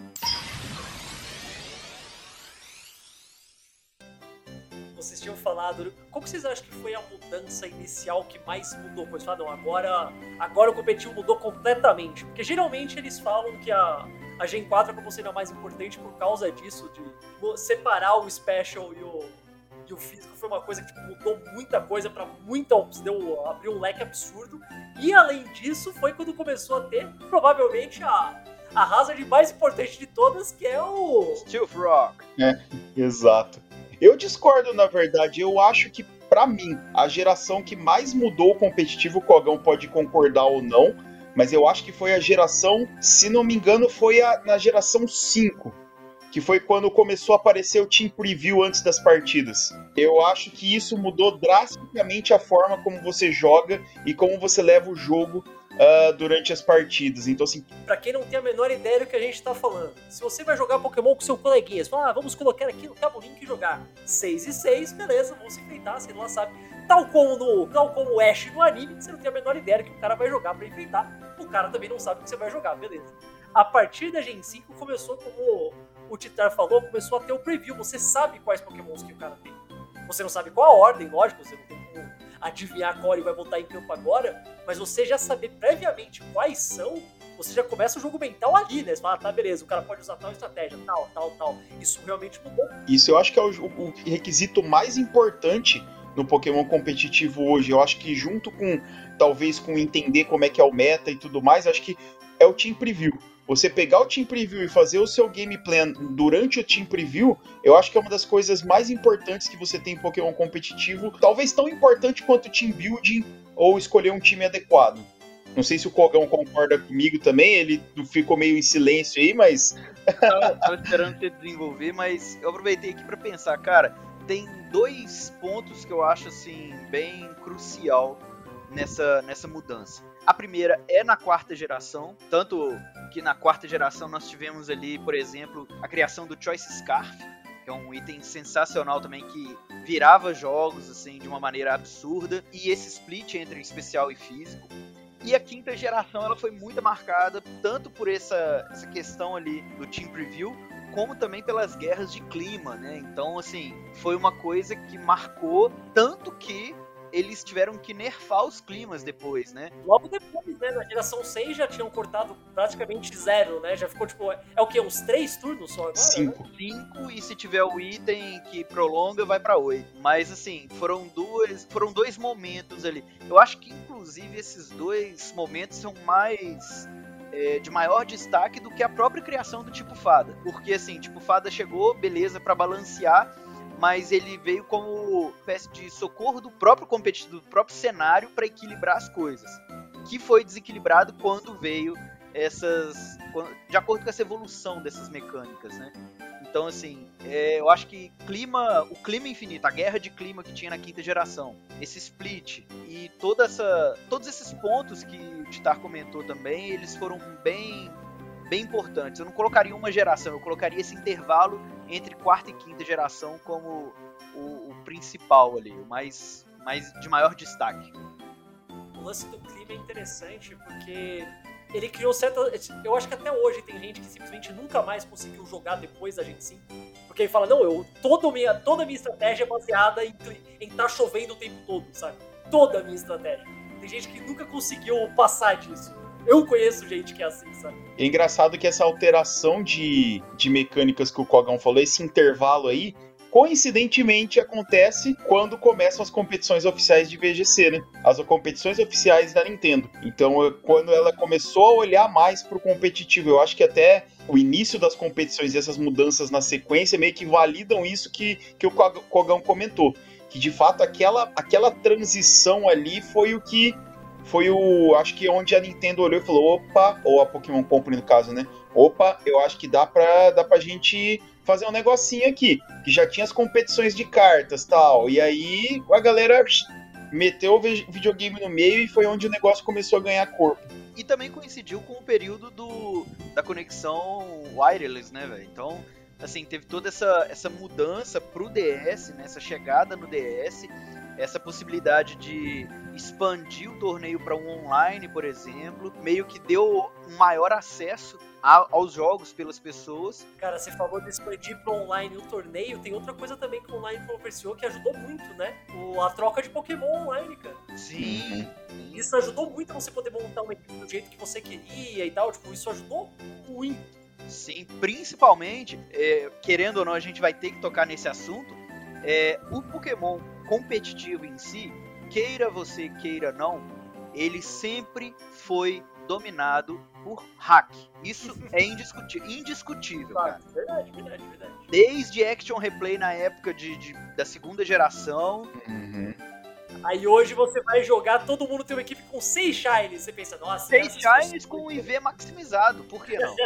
Vocês tinham falado, qual que vocês acham que foi a mudança inicial que mais mudou? Pois falam, não, agora, agora o competitivo mudou completamente. Porque geralmente eles falam que a, a Gen quatro acabou sendo a mais importante por causa disso, de separar o Special e o, e o Físico. Foi uma coisa que tipo, mudou muita coisa pra muita opção, deu, abriu um leque absurdo. E além disso, foi quando começou a ter, provavelmente, a, a Hazard mais importante de todas, que é o... Stealth Rock. É, exato. Eu discordo, na verdade. Eu acho que, pra mim, a geração que mais mudou o competitivo, o Cogão pode concordar ou não, mas eu acho que foi a geração, se não me engano, foi a, na geração cinco, que foi quando começou a aparecer o Team Preview antes das partidas. Eu acho que isso mudou drasticamente a forma como você joga e como você leva o jogo Uh, durante as partidas. Então, assim, pra quem não tem a menor ideia do que a gente tá falando, se você vai jogar Pokémon com seu coleguinha, você fala, ah, vamos colocar aqui no Cabo Link e jogar seis e seis, beleza, vão se enfrentar, você lá sabe. Tal como, no, tal como o Ash no anime, você não tem a menor ideia do que o cara vai jogar pra enfrentar, o cara também não sabe o que você vai jogar, beleza. A partir da Gen cinco começou, como o Titar falou, começou a ter o preview, você sabe quais Pokémons que o cara tem. Você não sabe qual a ordem, lógico, você não tem como adivinhar qual ele vai botar em campo agora, mas você já saber previamente quais são, você já começa o jogo mental ali, né? Você fala, ah, tá, beleza, o cara pode usar tal estratégia, tal, tal, tal. Isso realmente mudou. Isso eu acho que é o, o requisito mais importante no Pokémon competitivo hoje. Eu acho que junto com, talvez, com entender como é que é o meta e tudo mais, acho que é o Team Preview. Você pegar o Team Preview e fazer o seu game plan durante o Team Preview, eu acho que é uma das coisas mais importantes que você tem em Pokémon competitivo. Talvez tão importante quanto o Team Building ou escolher um time adequado. Não sei se o Cogão concorda comigo também, ele ficou meio em silêncio aí, mas... Tava, tava esperando você desenvolver, mas eu aproveitei aqui pra pensar, cara, tem dois pontos que eu acho, assim, bem crucial nessa, nessa mudança. A primeira é na quarta geração, tanto que na quarta geração nós tivemos ali, por exemplo, a criação do Choice Scarf, que é um item sensacional também, que virava jogos, assim, de uma maneira absurda. E esse split entre especial e físico. E a quinta geração, ela foi muito marcada, tanto por essa, essa questão ali do Team Preview, como também pelas guerras de clima, né? Então, assim, foi uma coisa que marcou, tanto que eles tiveram que nerfar os climas depois, né? Logo depois, né? Na geração seis já tinham cortado praticamente zero, né? Já ficou, tipo, é o quê? Uns três turnos só agora? Cinco. Né? Cinco, e se tiver o item que prolonga, vai pra oito. Mas, assim, foram duas, foram dois momentos ali. Eu acho que, inclusive, esses dois momentos são mais... É, de maior destaque do que a própria criação do tipo Fada. Porque, assim, tipo Fada chegou, beleza, pra balancear, mas ele veio como espécie de socorro do próprio competidor, do próprio cenário, para equilibrar as coisas, que foi desequilibrado quando veio essas, de acordo com essa evolução dessas mecânicas, né? Então, assim, é, eu acho que clima, o clima infinito, a guerra de clima que tinha na quinta geração, esse split e toda essa, todos esses pontos que o Titar comentou também, eles foram bem, bem importantes. Eu não colocaria uma geração, eu colocaria esse intervalo entre quarta e quinta geração como o, o principal ali, o mais, mais de maior destaque. O lance do clima é interessante porque ele criou certa... Eu acho que até hoje tem gente que simplesmente nunca mais conseguiu jogar depois da Gen cinco. Porque ele fala, não, eu, toda, a minha, toda a minha estratégia é baseada em estar tá chovendo o tempo todo, sabe? Toda a minha estratégia. Tem gente que nunca conseguiu passar disso. Eu conheço gente que é assim, sabe? É engraçado que essa alteração de, de mecânicas que o Cogão falou, esse intervalo aí, coincidentemente acontece quando começam as competições oficiais de V G C, né? As competições oficiais da Nintendo. Então, quando ela começou a olhar mais pro competitivo, eu acho que até o início das competições e essas mudanças na sequência meio que validam isso que, que o Cogão comentou. Que, de fato, aquela, aquela transição ali foi o que... Foi o... Acho que onde a Nintendo olhou e falou, opa... Ou a Pokémon Company, no caso, né? Opa, eu acho que dá pra, dá pra gente fazer um negocinho aqui. Que já tinha as competições de cartas e tal. E aí a galera meteu o videogame no meio e foi onde o negócio começou a ganhar corpo. E também coincidiu com o período do, da conexão wireless, né, velho? Então, assim, teve toda essa, essa mudança pro D S, né? Essa chegada no D S, essa possibilidade de expandir o torneio para um online, por exemplo, meio que deu um maior acesso a, aos jogos pelas pessoas. Cara, você falou de expandir para online o torneio, tem outra coisa também que o online proporcionou que ajudou muito, né? O, a troca de Pokémon online, cara. Sim. Isso ajudou muito a você poder montar uma equipe do jeito que você queria e tal, tipo, isso ajudou muito. Sim, principalmente, é, querendo ou não, a gente vai ter que tocar nesse assunto, é, o Pokémon competitivo em si, queira você, queira não, ele sempre foi dominado por hack. Isso é indiscutível, indiscutível, cara. Verdade, verdade, verdade. Desde Action Replay na época de, de da segunda geração. Uhum. Aí hoje você vai jogar, todo mundo tem uma equipe com seis Shinies. Você pensa, nossa... Seis Shinies com o I V maximizado, por que não?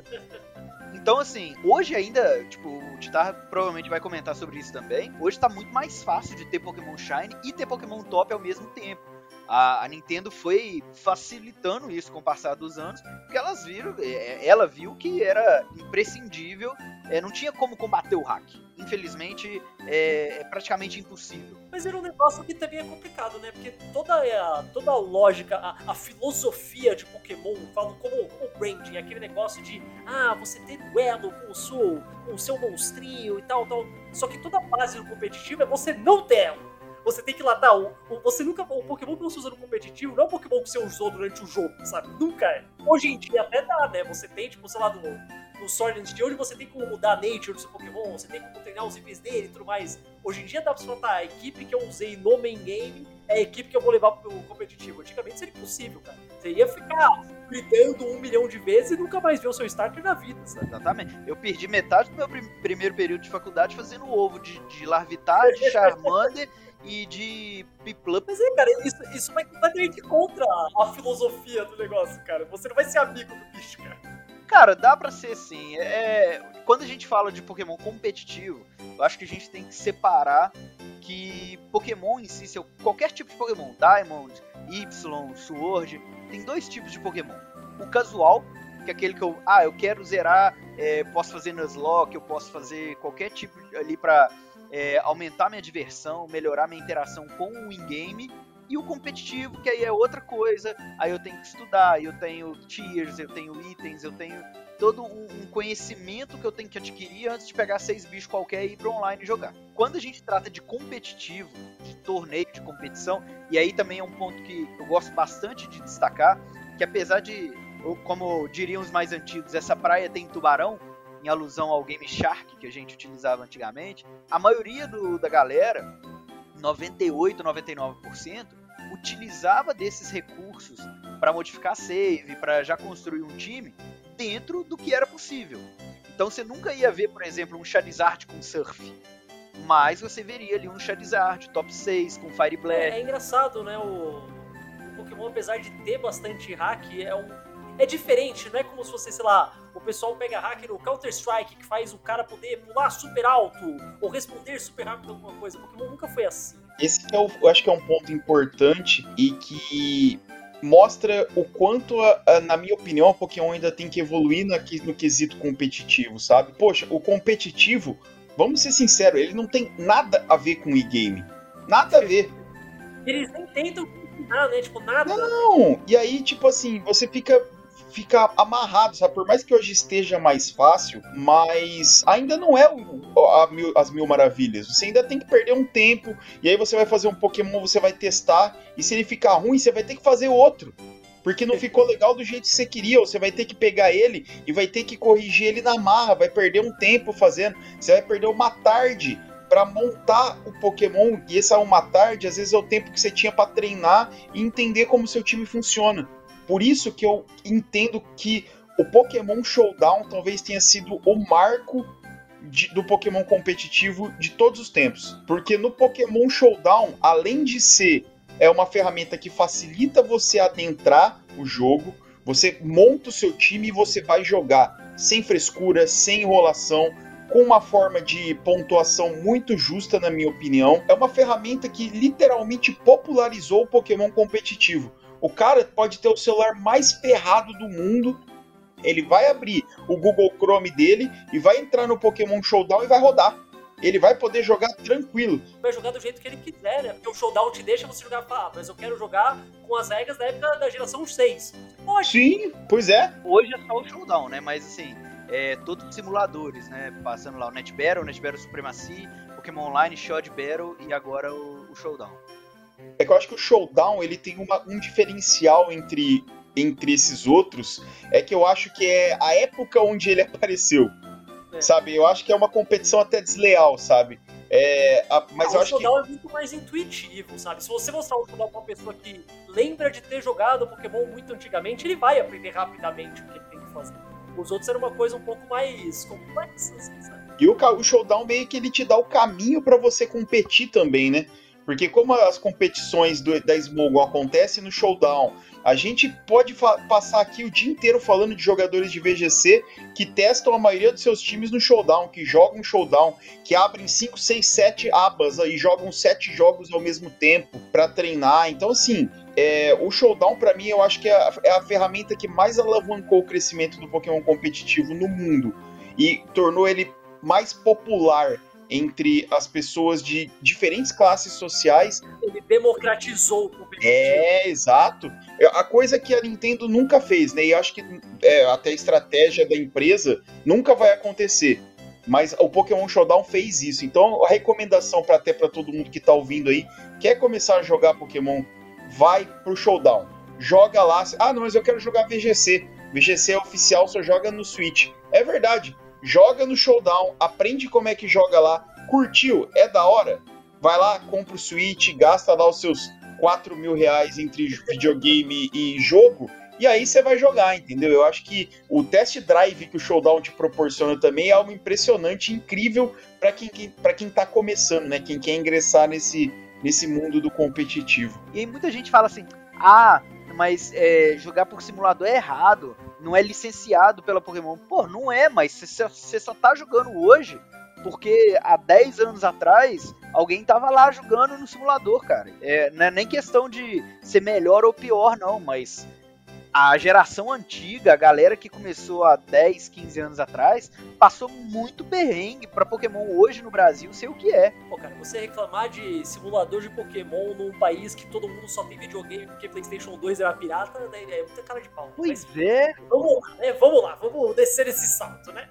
Então, assim, hoje ainda, tipo, o Titar provavelmente vai comentar sobre isso também. Hoje tá muito mais fácil de ter Pokémon Shine e ter Pokémon Top ao mesmo tempo. A, a Nintendo foi facilitando isso com o passar dos anos, porque elas viram, ela viu que era imprescindível, é, não tinha como combater o hack. Infelizmente, é, é praticamente impossível. Mas era um negócio que também é complicado, né? Porque toda a, toda a lógica, a, a filosofia de Pokémon, falam como o branding, aquele negócio de ah, você ter duelo com o seu, com o seu monstrinho e tal, tal. Só que toda a base do competitivo é você não ter ela. Você tem que latar o, o, você nunca, o Pokémon que você usa no competitivo não é o Pokémon que você usou durante o jogo, sabe? Nunca é. Hoje em dia até dá, né? Você tem, tipo, sei lá, no, no Sword and Shield você tem como mudar a nature do seu Pokémon, você tem como treinar os I Vs dele e tudo mais. Hoje em dia dá pra você falar, a equipe que eu usei no main game é a equipe que eu vou levar pro competitivo. Antigamente seria impossível, cara. Você ia ficar gritando um milhão de vezes e nunca mais ver o seu starter na vida, sabe? Exatamente. Eu perdi metade do meu prim- primeiro período de faculdade fazendo ovo de, de Larvitar, de Charmander e de Piplup. Mas é, cara, isso, isso vai completamente contra a filosofia do negócio, cara. Você não vai ser amigo do bicho, cara. Cara, dá pra ser sim. É, quando a gente fala de Pokémon competitivo, eu acho que a gente tem que separar que Pokémon em si, seu, qualquer tipo de Pokémon, Diamond, Y, Sword, tem dois tipos de Pokémon. O casual, que é aquele que eu, ah, eu quero zerar é, posso fazer Nuzlocke, eu posso fazer qualquer tipo ali pra é, aumentar minha diversão, melhorar minha interação com o in-game. E o competitivo, que aí é outra coisa, aí eu tenho que estudar, eu tenho tiers, eu tenho itens, eu tenho todo um, um conhecimento que eu tenho que adquirir antes de pegar seis bichos qualquer e ir pro online jogar. Quando a gente trata de competitivo, de torneio, de competição, e aí também é um ponto que eu gosto bastante de destacar, que apesar de, como diriam os mais antigos, essa praia tem tubarão, em alusão ao Game Shark que a gente utilizava antigamente, a maioria do, da galera, noventa e oito, noventa e nove por cento, utilizava desses recursos para modificar save, para já construir um time dentro do que era possível. Então você nunca ia ver, por exemplo, um Charizard com Surf, mas você veria ali um Charizard top seis com Fire Blast. É, é engraçado, né? O, o Pokémon, apesar de ter bastante hack, é um é diferente, não é como se fosse, sei lá, o pessoal pega hack no Counter-Strike, que faz o cara poder pular super alto, ou responder super rápido alguma coisa. O Pokémon nunca foi assim. Esse é o, eu acho que é um ponto importante e que mostra o quanto, a, a, na minha opinião, o Pokémon ainda tem que evoluir no, no quesito competitivo, sabe? Poxa, o competitivo, vamos ser sinceros, ele não tem nada a ver com e-game. Nada a ver. Eles nem tentam ensinar, né? Tipo, nada. Não, e aí, tipo assim, você fica... fica amarrado, sabe? Por mais que hoje esteja mais fácil, mas ainda não é o, a mil, as mil maravilhas. Você ainda tem que perder um tempo, e aí você vai fazer um Pokémon, você vai testar, e se ele ficar ruim, você vai ter que fazer outro. Porque não ficou legal do jeito que você queria, ou você vai ter que pegar ele e vai ter que corrigir ele na marra, vai perder um tempo fazendo, você vai perder uma tarde para montar o Pokémon, e essa uma tarde, às vezes é o tempo que você tinha para treinar e entender como seu time funciona. Por isso que eu entendo que o Pokémon Showdown talvez tenha sido o marco de, do Pokémon competitivo de todos os tempos. Porque no Pokémon Showdown, além de ser é uma ferramenta que facilita você adentrar o jogo, você monta o seu time e você vai jogar sem frescura, sem enrolação, com uma forma de pontuação muito justa, na minha opinião. É uma ferramenta que literalmente popularizou o Pokémon competitivo. O cara pode ter o celular mais ferrado do mundo, ele vai abrir o Google Chrome dele e vai entrar no Pokémon Showdown e vai rodar. Ele vai poder jogar tranquilo. Vai jogar do jeito que ele quiser, né? Porque o Showdown te deixa você jogar, ah, mas eu quero jogar com as regras da época da geração seis. Pode. Sim, pois é. Hoje é só o Showdown, né? Mas assim, é, todos os simuladores, né? Passando lá o Net Battle, Net Battle Supremacy, Pokémon Online, Shot Battle e agora o, o Showdown. É que eu acho que o Showdown ele tem uma, um diferencial entre, entre esses outros, é que eu acho que é a época onde ele apareceu, é. Sabe? Eu acho que é uma competição até desleal, sabe? É, a, mas ah, eu o acho Showdown que... é muito mais intuitivo, sabe? Se você mostrar o Showdown pra uma pessoa que lembra de ter jogado Pokémon muito antigamente, ele vai aprender rapidamente o que ele tem que fazer. Os outros eram uma coisa um pouco mais complexa, assim, sabe? E o, o Showdown meio que ele te dá o caminho pra você competir também, né? Porque como as competições do, da Smogon acontecem no Showdown, a gente pode passar aqui o dia inteiro falando de jogadores de V G C que testam a maioria dos seus times no Showdown, que jogam Showdown, que abrem cinco, seis, sete abas e jogam sete jogos ao mesmo tempo para treinar. Então, assim, é, o Showdown, para mim, eu acho que é a, é a ferramenta que mais alavancou o crescimento do Pokémon competitivo no mundo e tornou ele mais popular entre as pessoas de diferentes classes sociais. Ele democratizou o competitivo. É, exato. A coisa que a Nintendo nunca fez, né? E acho que é, até a estratégia da empresa nunca vai acontecer. Mas o Pokémon Showdown fez isso. Então, a recomendação para até para todo mundo que tá ouvindo aí, quer começar a jogar Pokémon, vai pro Showdown. Joga lá. Ah, não, mas eu quero jogar V G C. V G C é oficial, só joga no Switch. É verdade. Joga no Showdown, aprende como é que joga lá, curtiu, é da hora, vai lá, compra o Switch, gasta lá os seus quatro mil reais entre videogame e jogo, e aí você vai jogar, entendeu? Eu acho que o test drive que o Showdown te proporciona também é algo impressionante, incrível para quem, para quem tá começando, né? Quem quer ingressar nesse, nesse mundo do competitivo. E aí muita gente fala assim, ah, mas é, jogar por simulador é errado, não é licenciado pela Pokémon. Pô, não é, mas você só tá jogando hoje porque há dez anos atrás alguém tava lá jogando no simulador, cara. É, não é nem questão de ser melhor ou pior, não, mas a geração antiga, a galera que começou há dez, quinze anos atrás, passou muito perrengue pra Pokémon hoje no Brasil ser o que é. Pô, cara, você reclamar de simulador de Pokémon num país que todo mundo só tem videogame porque PlayStation dois era pirata, né, é muita cara de pau. Pois Mas, é. Vamos lá, né? Vamos lá, vamos descer esse salto, né?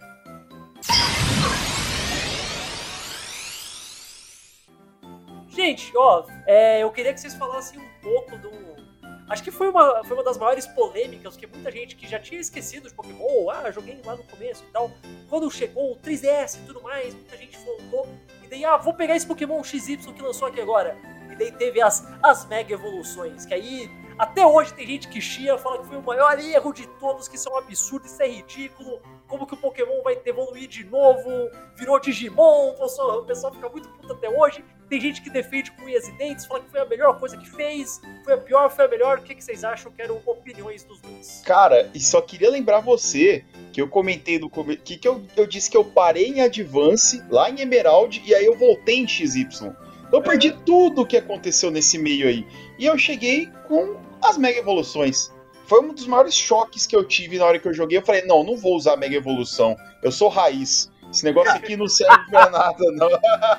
Gente, ó, é, eu queria que vocês falassem um pouco do... Acho que foi uma, foi uma das maiores polêmicas, que muita gente que já tinha esquecido de Pokémon, ah, joguei lá no começo e tal, quando chegou o três D S e tudo mais, muita gente voltou, e daí, ah, vou pegar esse Pokémon X Y que lançou aqui agora, e daí teve as, as Mega Evoluções, que aí, até hoje tem gente que chia, fala que foi o maior erro de todos, que isso é um absurdo, isso é ridículo, como que o Pokémon vai evoluir de novo, virou Digimon, o pessoal, o pessoal fica muito puto até hoje. Tem gente que defende com unhas e dentes, fala que foi a melhor coisa que fez, foi a pior, foi a melhor. O que, que vocês acham? Quero opiniões dos dois. Cara, e só queria lembrar você que eu comentei no começo, que, que eu, eu disse que eu parei em Advance, lá em Emerald, e aí eu voltei em X Y. Então eu perdi uhum. tudo o que aconteceu nesse meio aí. E eu cheguei com as Mega Evoluções. Foi um dos maiores choques que eu tive na hora que eu joguei. Eu falei, não, não vou usar Mega Evolução. Eu sou raiz. Esse negócio aqui não serve pra nada, não.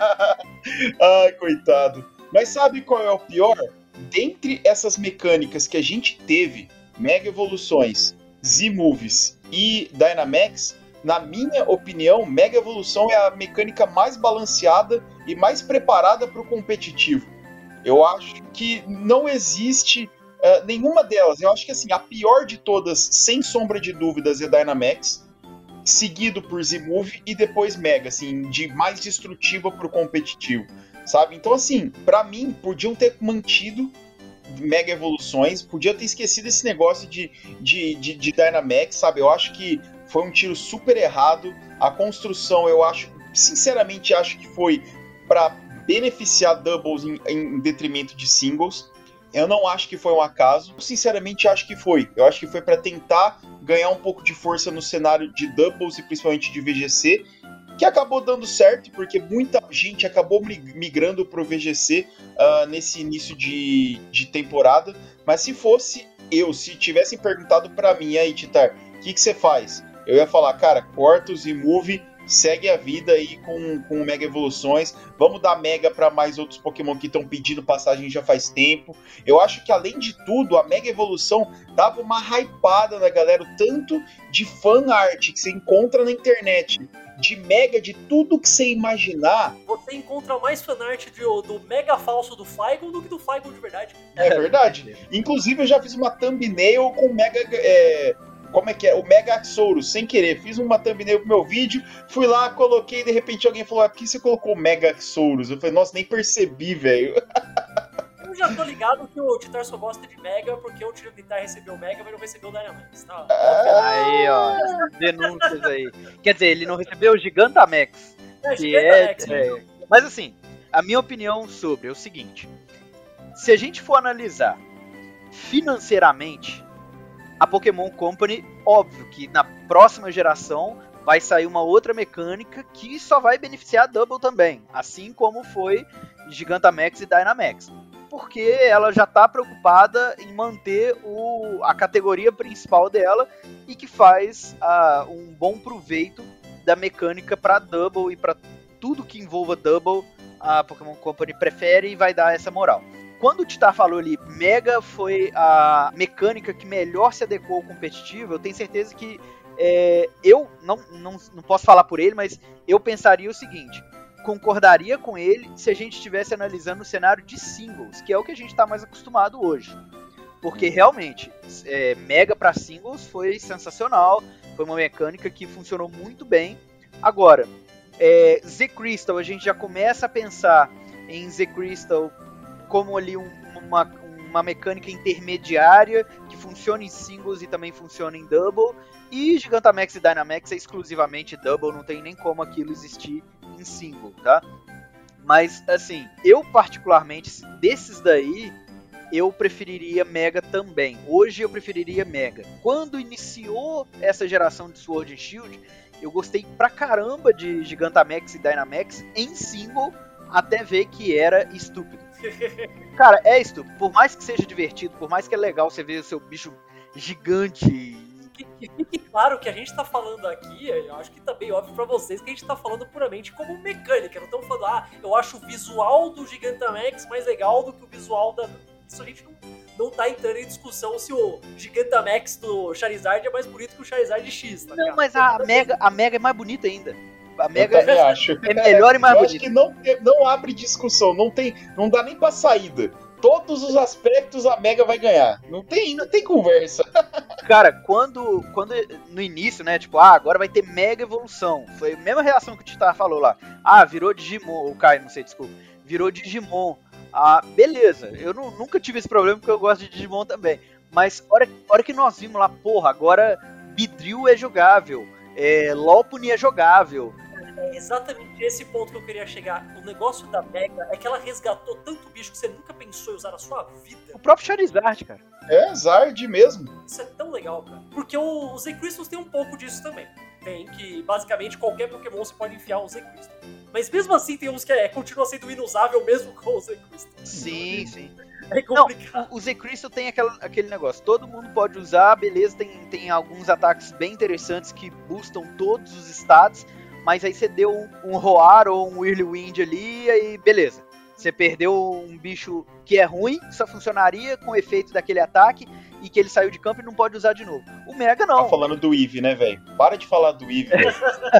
Ai, coitado. Mas sabe qual é o pior? Dentre essas mecânicas que a gente teve, Mega Evoluções, Z-Moves e Dynamax, na minha opinião, Mega Evolução é a mecânica mais balanceada e mais preparada para o competitivo. Eu acho que não existe... Uh, nenhuma delas, eu acho que assim, a pior de todas, sem sombra de dúvidas, é Dynamax, seguido por Z-Move e depois Mega, assim, de mais destrutiva pro competitivo, sabe? Então assim, pra mim, podiam ter mantido Mega Evoluções, podia ter esquecido esse negócio de, de, de, de Dynamax, sabe? Eu acho que foi um tiro super errado, a construção eu acho, sinceramente acho que foi pra beneficiar doubles em, em detrimento de singles. Eu não acho que foi um acaso. Eu, sinceramente, acho que foi. Eu acho que foi para tentar ganhar um pouco de força no cenário de doubles e principalmente de V G C, que acabou dando certo, porque muita gente acabou migrando pro V G C uh, nesse início de, de temporada. Mas se fosse eu, se tivessem perguntado para mim, aí, Titar, o que, que você faz? Eu ia falar, cara, corta os e move, segue a vida aí com, com Mega Evoluções. Vamos dar Mega para mais outros Pokémon que estão pedindo passagem já faz tempo. Eu acho que, além de tudo, a Mega Evolução dava uma hypada na galera, tanto de fan art que você encontra na internet, de Mega, de tudo que você imaginar. Você encontra mais fanart do, do Mega falso do Flygon do que do Flygon de verdade. É verdade. Inclusive, eu já fiz uma thumbnail com Mega... É... Como é que é? O Megaxorus, sem querer. Fiz uma thumbnail pro meu vídeo, fui lá, coloquei, e de repente alguém falou, ah, por que você colocou Megaxorus? Eu falei, nossa, nem percebi, velho. Eu já tô ligado que o Titar só gosta de Mega porque o Titar recebeu o Mega, mas não recebeu o Dynamax, tá? Ah, aí, ó, denúncias aí. Quer dizer, ele não recebeu o Gigantamax. É, que Gigantamax. É, é... Mas assim, a minha opinião sobre é o seguinte. Se a gente for analisar financeiramente, a Pokémon Company, óbvio que na próxima geração vai sair uma outra mecânica que só vai beneficiar a Double também, assim como foi Gigantamax e Dynamax, porque ela já está preocupada em manter o, a categoria principal dela e que faz uh, um bom proveito da mecânica para Double e para tudo que envolva Double, a Pokémon Company prefere e vai dar essa moral. Quando o Titar falou ali, Mega foi a mecânica que melhor se adequou ao competitivo, eu tenho certeza que é, eu não, não, não posso falar por ele, mas eu pensaria o seguinte, concordaria com ele se a gente estivesse analisando o cenário de singles, que é o que a gente está mais acostumado hoje. Porque realmente, é, Mega para singles foi sensacional, foi uma mecânica que funcionou muito bem. Agora, é, Z-Crystal, a gente já começa a pensar em Z-Crystal como ali um, uma, uma mecânica intermediária que funciona em singles e também funciona em double, e Gigantamax e Dynamax é exclusivamente double, não tem nem como aquilo existir em single, tá? Mas, assim, eu particularmente, desses daí, eu preferiria Mega também. Hoje eu preferiria Mega. Quando iniciou essa geração de Sword and Shield, eu gostei pra caramba de Gigantamax e Dynamax em single, até ver que era estúpido. Cara, é estúpido. Por mais que seja divertido, por mais que é legal você ver o seu bicho gigante. Que, que fique claro que a gente tá falando aqui, eu acho que tá bem óbvio pra vocês que a gente tá falando puramente como mecânica. Não estamos falando, ah, eu acho o visual do Gigantamax mais legal do que o visual da... Isso a gente não, não tá entrando em discussão se o Gigantamax do Charizard é mais bonito que o Charizard X, tá Não, ligado? mas a Mega, a Mega é mais bonita ainda. A Mega Eu também acho. é melhor e mais Eu bonita. acho que não, não abre discussão, não, tem, não dá nem pra saída. Todos os aspectos a Mega vai ganhar. Não tem, não tem conversa. Cara, quando, quando no início, né, tipo, ah, agora vai ter Mega Evolução. Foi a mesma reação que o Tita falou lá. Ah, virou Digimon, o Caio, não sei, desculpa. Virou Digimon. Ah, beleza. Eu não, nunca tive esse problema porque eu gosto de Digimon também. Mas hora, hora que nós vimos lá, porra, agora Beedrill é jogável. É, Lopunny é jogável. É exatamente esse ponto que eu queria chegar. O negócio da Mega é que ela resgatou tanto bicho que você nunca pensou em usar na sua vida. O próprio Charizard, cara. É Zard mesmo. Isso é tão legal, cara. Porque o, o Z-Crystals tem um pouco disso também. Tem que, basicamente, qualquer Pokémon você pode enfiar um Z-Crystal. Mas mesmo assim, tem uns que é, continua sendo inusável mesmo com o Z-Crystal. Sim, sim. É complicado. Não, o Z-Crystal tem aquela, aquele negócio. Todo mundo pode usar, beleza. Tem, tem alguns ataques bem interessantes que boostam todos os stats. Mas aí você deu um, um Roar ou um Whirlwind ali e aí beleza. Você perdeu um bicho que é ruim, só funcionaria com o efeito daquele ataque e que ele saiu de campo e não pode usar de novo. O Mega não. Tá falando do Eevee, né, velho? Para de falar do Eevee, velho.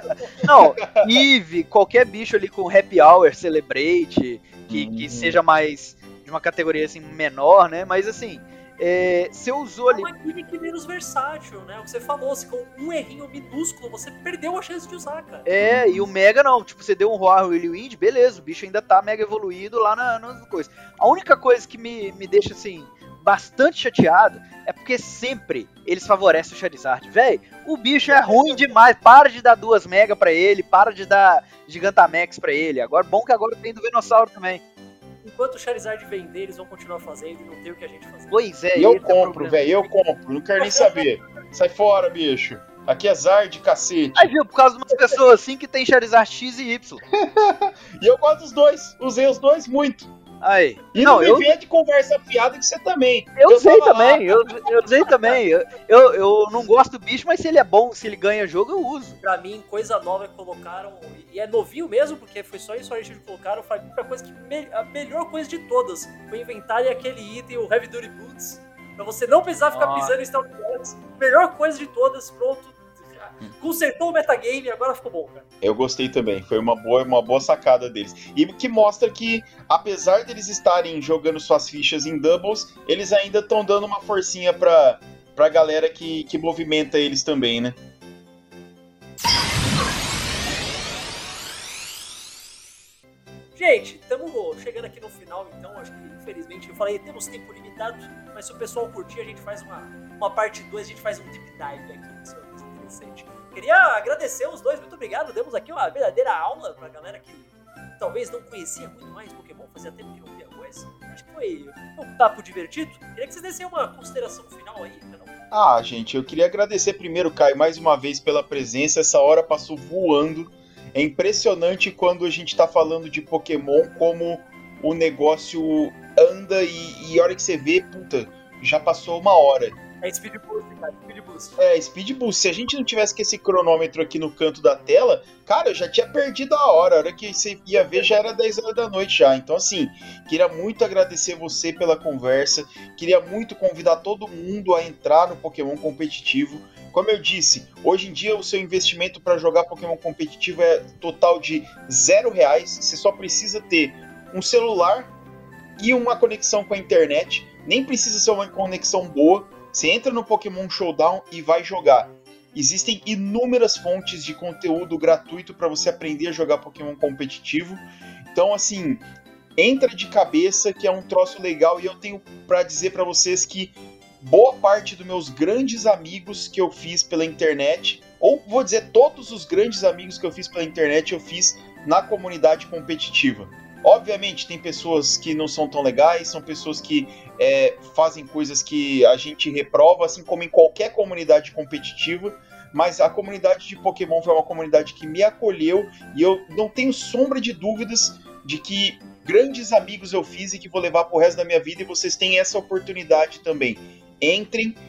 Não, Eevee, qualquer bicho ali com Happy Hour, Celebrate, que, Hum. que seja mais de uma categoria assim menor, né? Mas assim, é, você usou É ali. uma gimmick menos versátil, né? O que você falou, se com um errinho minúsculo, você perdeu a chance de usar, cara. É, e o Mega não. Tipo, você deu um Roar Whirlwind, beleza, o bicho ainda tá mega evoluído lá na, nas coisas. A única coisa que me, me deixa, assim, bastante chateado é porque sempre eles favorecem o Charizard. Véi, o bicho é ruim demais. Para de dar duas Mega pra ele, para de dar Gigantamax pra ele. Agora, bom que agora tem do Venossauro também. Enquanto o Charizard vender, eles vão continuar fazendo e não tem o que a gente fazer. Pois é, E eu esse é o compro, problema. velho, eu compro. Não quero nem saber. Sai fora, bicho. Aqui é Zard, cacete. Aí viu, por causa de umas pessoas assim que tem Charizard X e Y. E eu gosto dos dois. Usei os dois muito. Aí. E não, não me eu, venha de conversa fiada que você também. eu usei tava lá. também, eu, eu usei também. Eu, eu, eu não gosto do bicho, mas se ele é bom, se ele ganha jogo, eu uso. Pra mim, coisa nova que colocaram, e é novinho mesmo, porque foi só isso que eles colocaram, foi a coisa que me, a melhor coisa de todas foi inventarem aquele item, o Heavy Duty Boots, pra você não precisar ficar Ah. pisando em Stealth Box. Melhor coisa de todas, pronto. Consertou o metagame, agora ficou bom, cara. Eu gostei também, foi uma boa, uma boa sacada deles. E que mostra que, apesar deles estarem jogando suas fichas em doubles, eles ainda estão dando uma forcinha pra, pra galera que, que movimenta eles também, né? Gente, estamos chegando aqui no final, então acho que infelizmente eu falei, temos tempo limitado, mas se o pessoal curtir, a gente faz uma, uma parte dois, a gente faz um deep dive aqui, isso é uma coisa interessante. Queria agradecer os dois, muito obrigado, demos aqui uma verdadeira aula pra galera que talvez não conhecia muito mais Pokémon, fazia tempo que não via coisa. Acho que foi um papo divertido. Queria que vocês dessem uma consideração final aí, cada um. Ah, gente, eu queria agradecer primeiro, Caio, mais uma vez pela presença. Essa hora passou voando. É impressionante quando a gente tá falando de Pokémon, como o negócio anda e, e a hora que você vê, puta, já passou uma hora. É Speed Boost, cara, Speed Boost. É, Speed Boost. Se a gente não tivesse com esse cronômetro aqui no canto da tela, cara, eu já tinha perdido a hora. A hora que você ia ver já era dez horas da noite já. Então, assim, queria muito agradecer você pela conversa. Queria muito convidar todo mundo a entrar no Pokémon competitivo. Como eu disse, hoje em dia o seu investimento para jogar Pokémon competitivo é total de zero reais. Você só precisa ter um celular e uma conexão com a internet. Nem precisa ser uma conexão boa. Você entra no Pokémon Showdown e vai jogar. Existem inúmeras fontes de conteúdo gratuito para você aprender a jogar Pokémon competitivo. Então, assim, entra de cabeça que é um troço legal. E eu tenho para dizer para vocês que boa parte dos meus grandes amigos que eu fiz pela internet, ou vou dizer todos os grandes amigos que eu fiz pela internet, eu fiz na comunidade competitiva. Obviamente tem pessoas que não são tão legais, são pessoas que é, fazem coisas que a gente reprova, assim como em qualquer comunidade competitiva, mas a comunidade de Pokémon foi uma comunidade que me acolheu e eu não tenho sombra de dúvidas de que grandes amigos eu fiz e que vou levar pro resto da minha vida, e vocês têm essa oportunidade também. Entrem,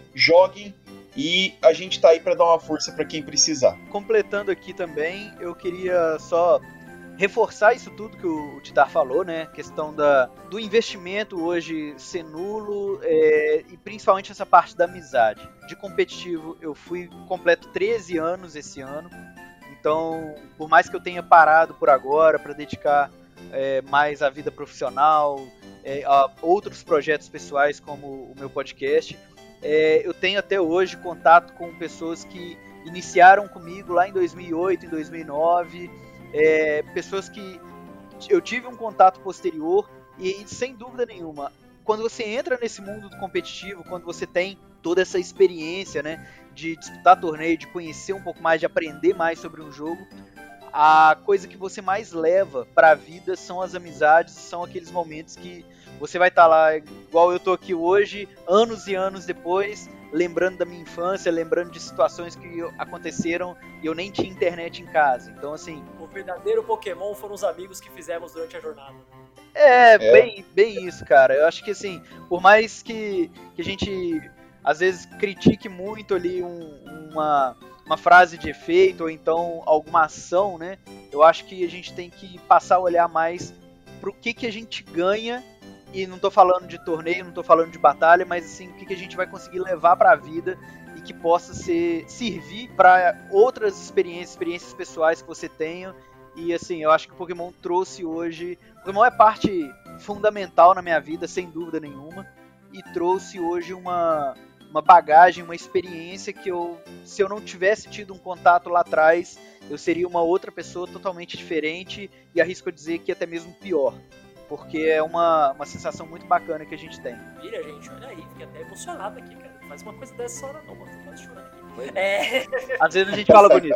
joguem e a gente tá aí para dar uma força para quem precisar. Completando aqui também, eu queria só reforçar isso tudo que o Titar falou, né? A questão da, do investimento hoje ser nulo é, e principalmente essa parte da amizade. De competitivo, eu fui completo treze anos esse ano, então por mais que eu tenha parado por agora para dedicar é, mais à vida profissional, é, a outros projetos pessoais como o meu podcast, é, eu tenho até hoje contato com pessoas que iniciaram comigo lá em dois mil e oito, em dois mil e nove, É, pessoas que eu tive um contato posterior e, sem dúvida nenhuma, quando você entra nesse mundo do competitivo, quando você tem toda essa experiência, né, de disputar torneio, de conhecer um pouco mais, de aprender mais sobre um jogo, a coisa que você mais leva para a vida são as amizades, são aqueles momentos que você vai estar lá, igual eu estou aqui hoje, anos e anos depois, lembrando da minha infância, lembrando de situações que aconteceram e eu nem tinha internet em casa. Então, assim... O verdadeiro Pokémon foram os amigos que fizemos durante a jornada. É, é. Bem, bem isso, cara. Eu acho que, assim, por mais que, que a gente, às vezes, critique muito ali um, uma, uma frase de efeito ou então alguma ação, né? Eu acho que a gente tem que passar a olhar mais pro que, que a gente ganha. E não tô falando de torneio, não tô falando de batalha, mas assim, o que, que a gente vai conseguir levar pra vida e que possa ser, servir para outras experiências, experiências pessoais que você tenha. E assim, eu acho que o Pokémon trouxe hoje... O Pokémon é parte fundamental na minha vida, sem dúvida nenhuma. E trouxe hoje uma, uma bagagem, uma experiência que eu, se eu não tivesse tido um contato lá atrás, eu seria uma outra pessoa totalmente diferente e arrisco dizer que até mesmo pior. Porque é uma, uma sensação muito bacana que a gente tem. Mira, gente, olha aí, fiquei até emocionado aqui, cara. Não faz uma coisa dessa hora não, mano. Tô quase chorando aqui. É... Às vezes a gente fala bonito.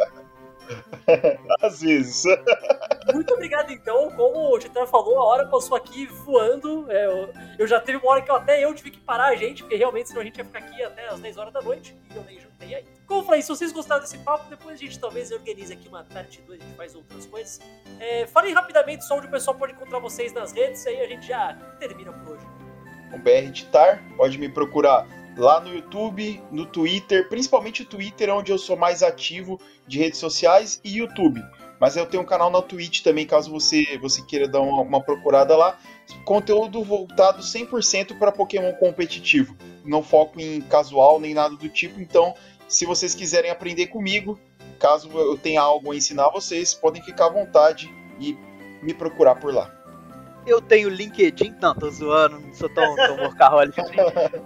Às vezes. Muito obrigado, então. Como o Titar falou, a hora passou aqui voando. É, eu, eu já teve uma hora que eu, até eu tive que parar a gente, porque realmente senão a gente ia ficar aqui até as dez horas da noite. E eu nem juntei aí. Como eu falei, se vocês gostaram desse papo, depois a gente talvez organize aqui uma parte dois, a gente faz outras coisas. É, falem rapidamente só onde o pessoal pode encontrar vocês nas redes, aí a gente já termina por hoje. O B R Titar, pode me procurar lá no YouTube, no Twitter, principalmente o Twitter, onde eu sou mais ativo de redes sociais, e YouTube. Mas eu tenho um canal na Twitch também, caso você, você queira dar uma, uma procurada lá. Conteúdo voltado cem por cento para Pokémon competitivo. Não foco em casual nem nada do tipo. Então, se vocês quiserem aprender comigo, caso eu tenha algo a ensinar vocês, podem ficar à vontade e me procurar por lá. Eu tenho LinkedIn, não, tô zoando, não sou tão, tão workaholic assim,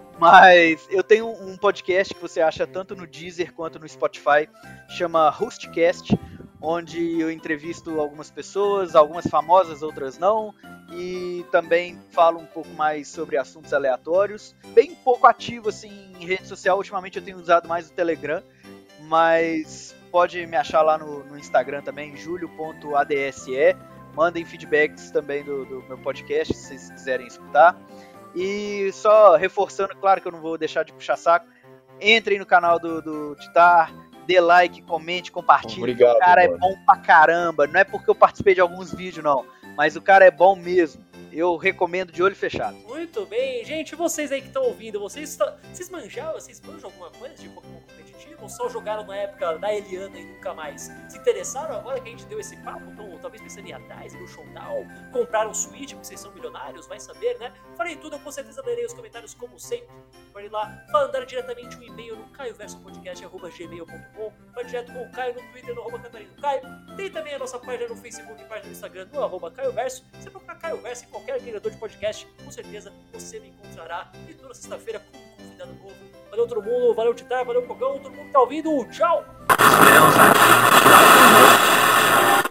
mas eu tenho um podcast que você acha tanto no Deezer quanto no Spotify, chama Hostcast, onde eu entrevisto algumas pessoas, algumas famosas, outras não, e também falo um pouco mais sobre assuntos aleatórios, bem pouco ativo assim em rede social, ultimamente eu tenho usado mais o Telegram, mas pode me achar lá no, no Instagram também, julio ponto a d s e. Mandem feedbacks também do, do meu podcast, se vocês quiserem escutar. E só reforçando, claro que eu não vou deixar de puxar saco, entrem no canal do, do Titar, dê like, comente, compartilhe. Obrigado, o cara mano. É bom pra caramba, não é porque eu participei de alguns vídeos não, mas o cara é bom mesmo. Eu recomendo de olho fechado. Muito bem, gente, vocês aí que estão ouvindo, vocês, vocês manjavam, vocês manjam alguma coisa de Pokémon competitivo? Ou só jogaram na época da Eliana e nunca mais se interessaram agora que a gente deu esse papo? Então, talvez pensando em ir atrás, ir no showdown, comprar um Switch, porque vocês são milionários, vai saber, né? Falei tudo, eu com certeza lerei os comentários como sempre. Pode ir lá, mandar diretamente um e-mail no caioversopodcast arroba gmail ponto com, pode direto com o Caio no Twitter, no arroba Catarino Caio. Tem também a nossa página no Facebook e página no Instagram, no arroba Caioverso. Você procurar Caioverso em qualquer agregador de podcast, com certeza você me encontrará. E toda sexta-feira com um convidado novo. Valeu todo mundo, valeu Titar, valeu Cogão, todo mundo que tá ouvindo, tchau!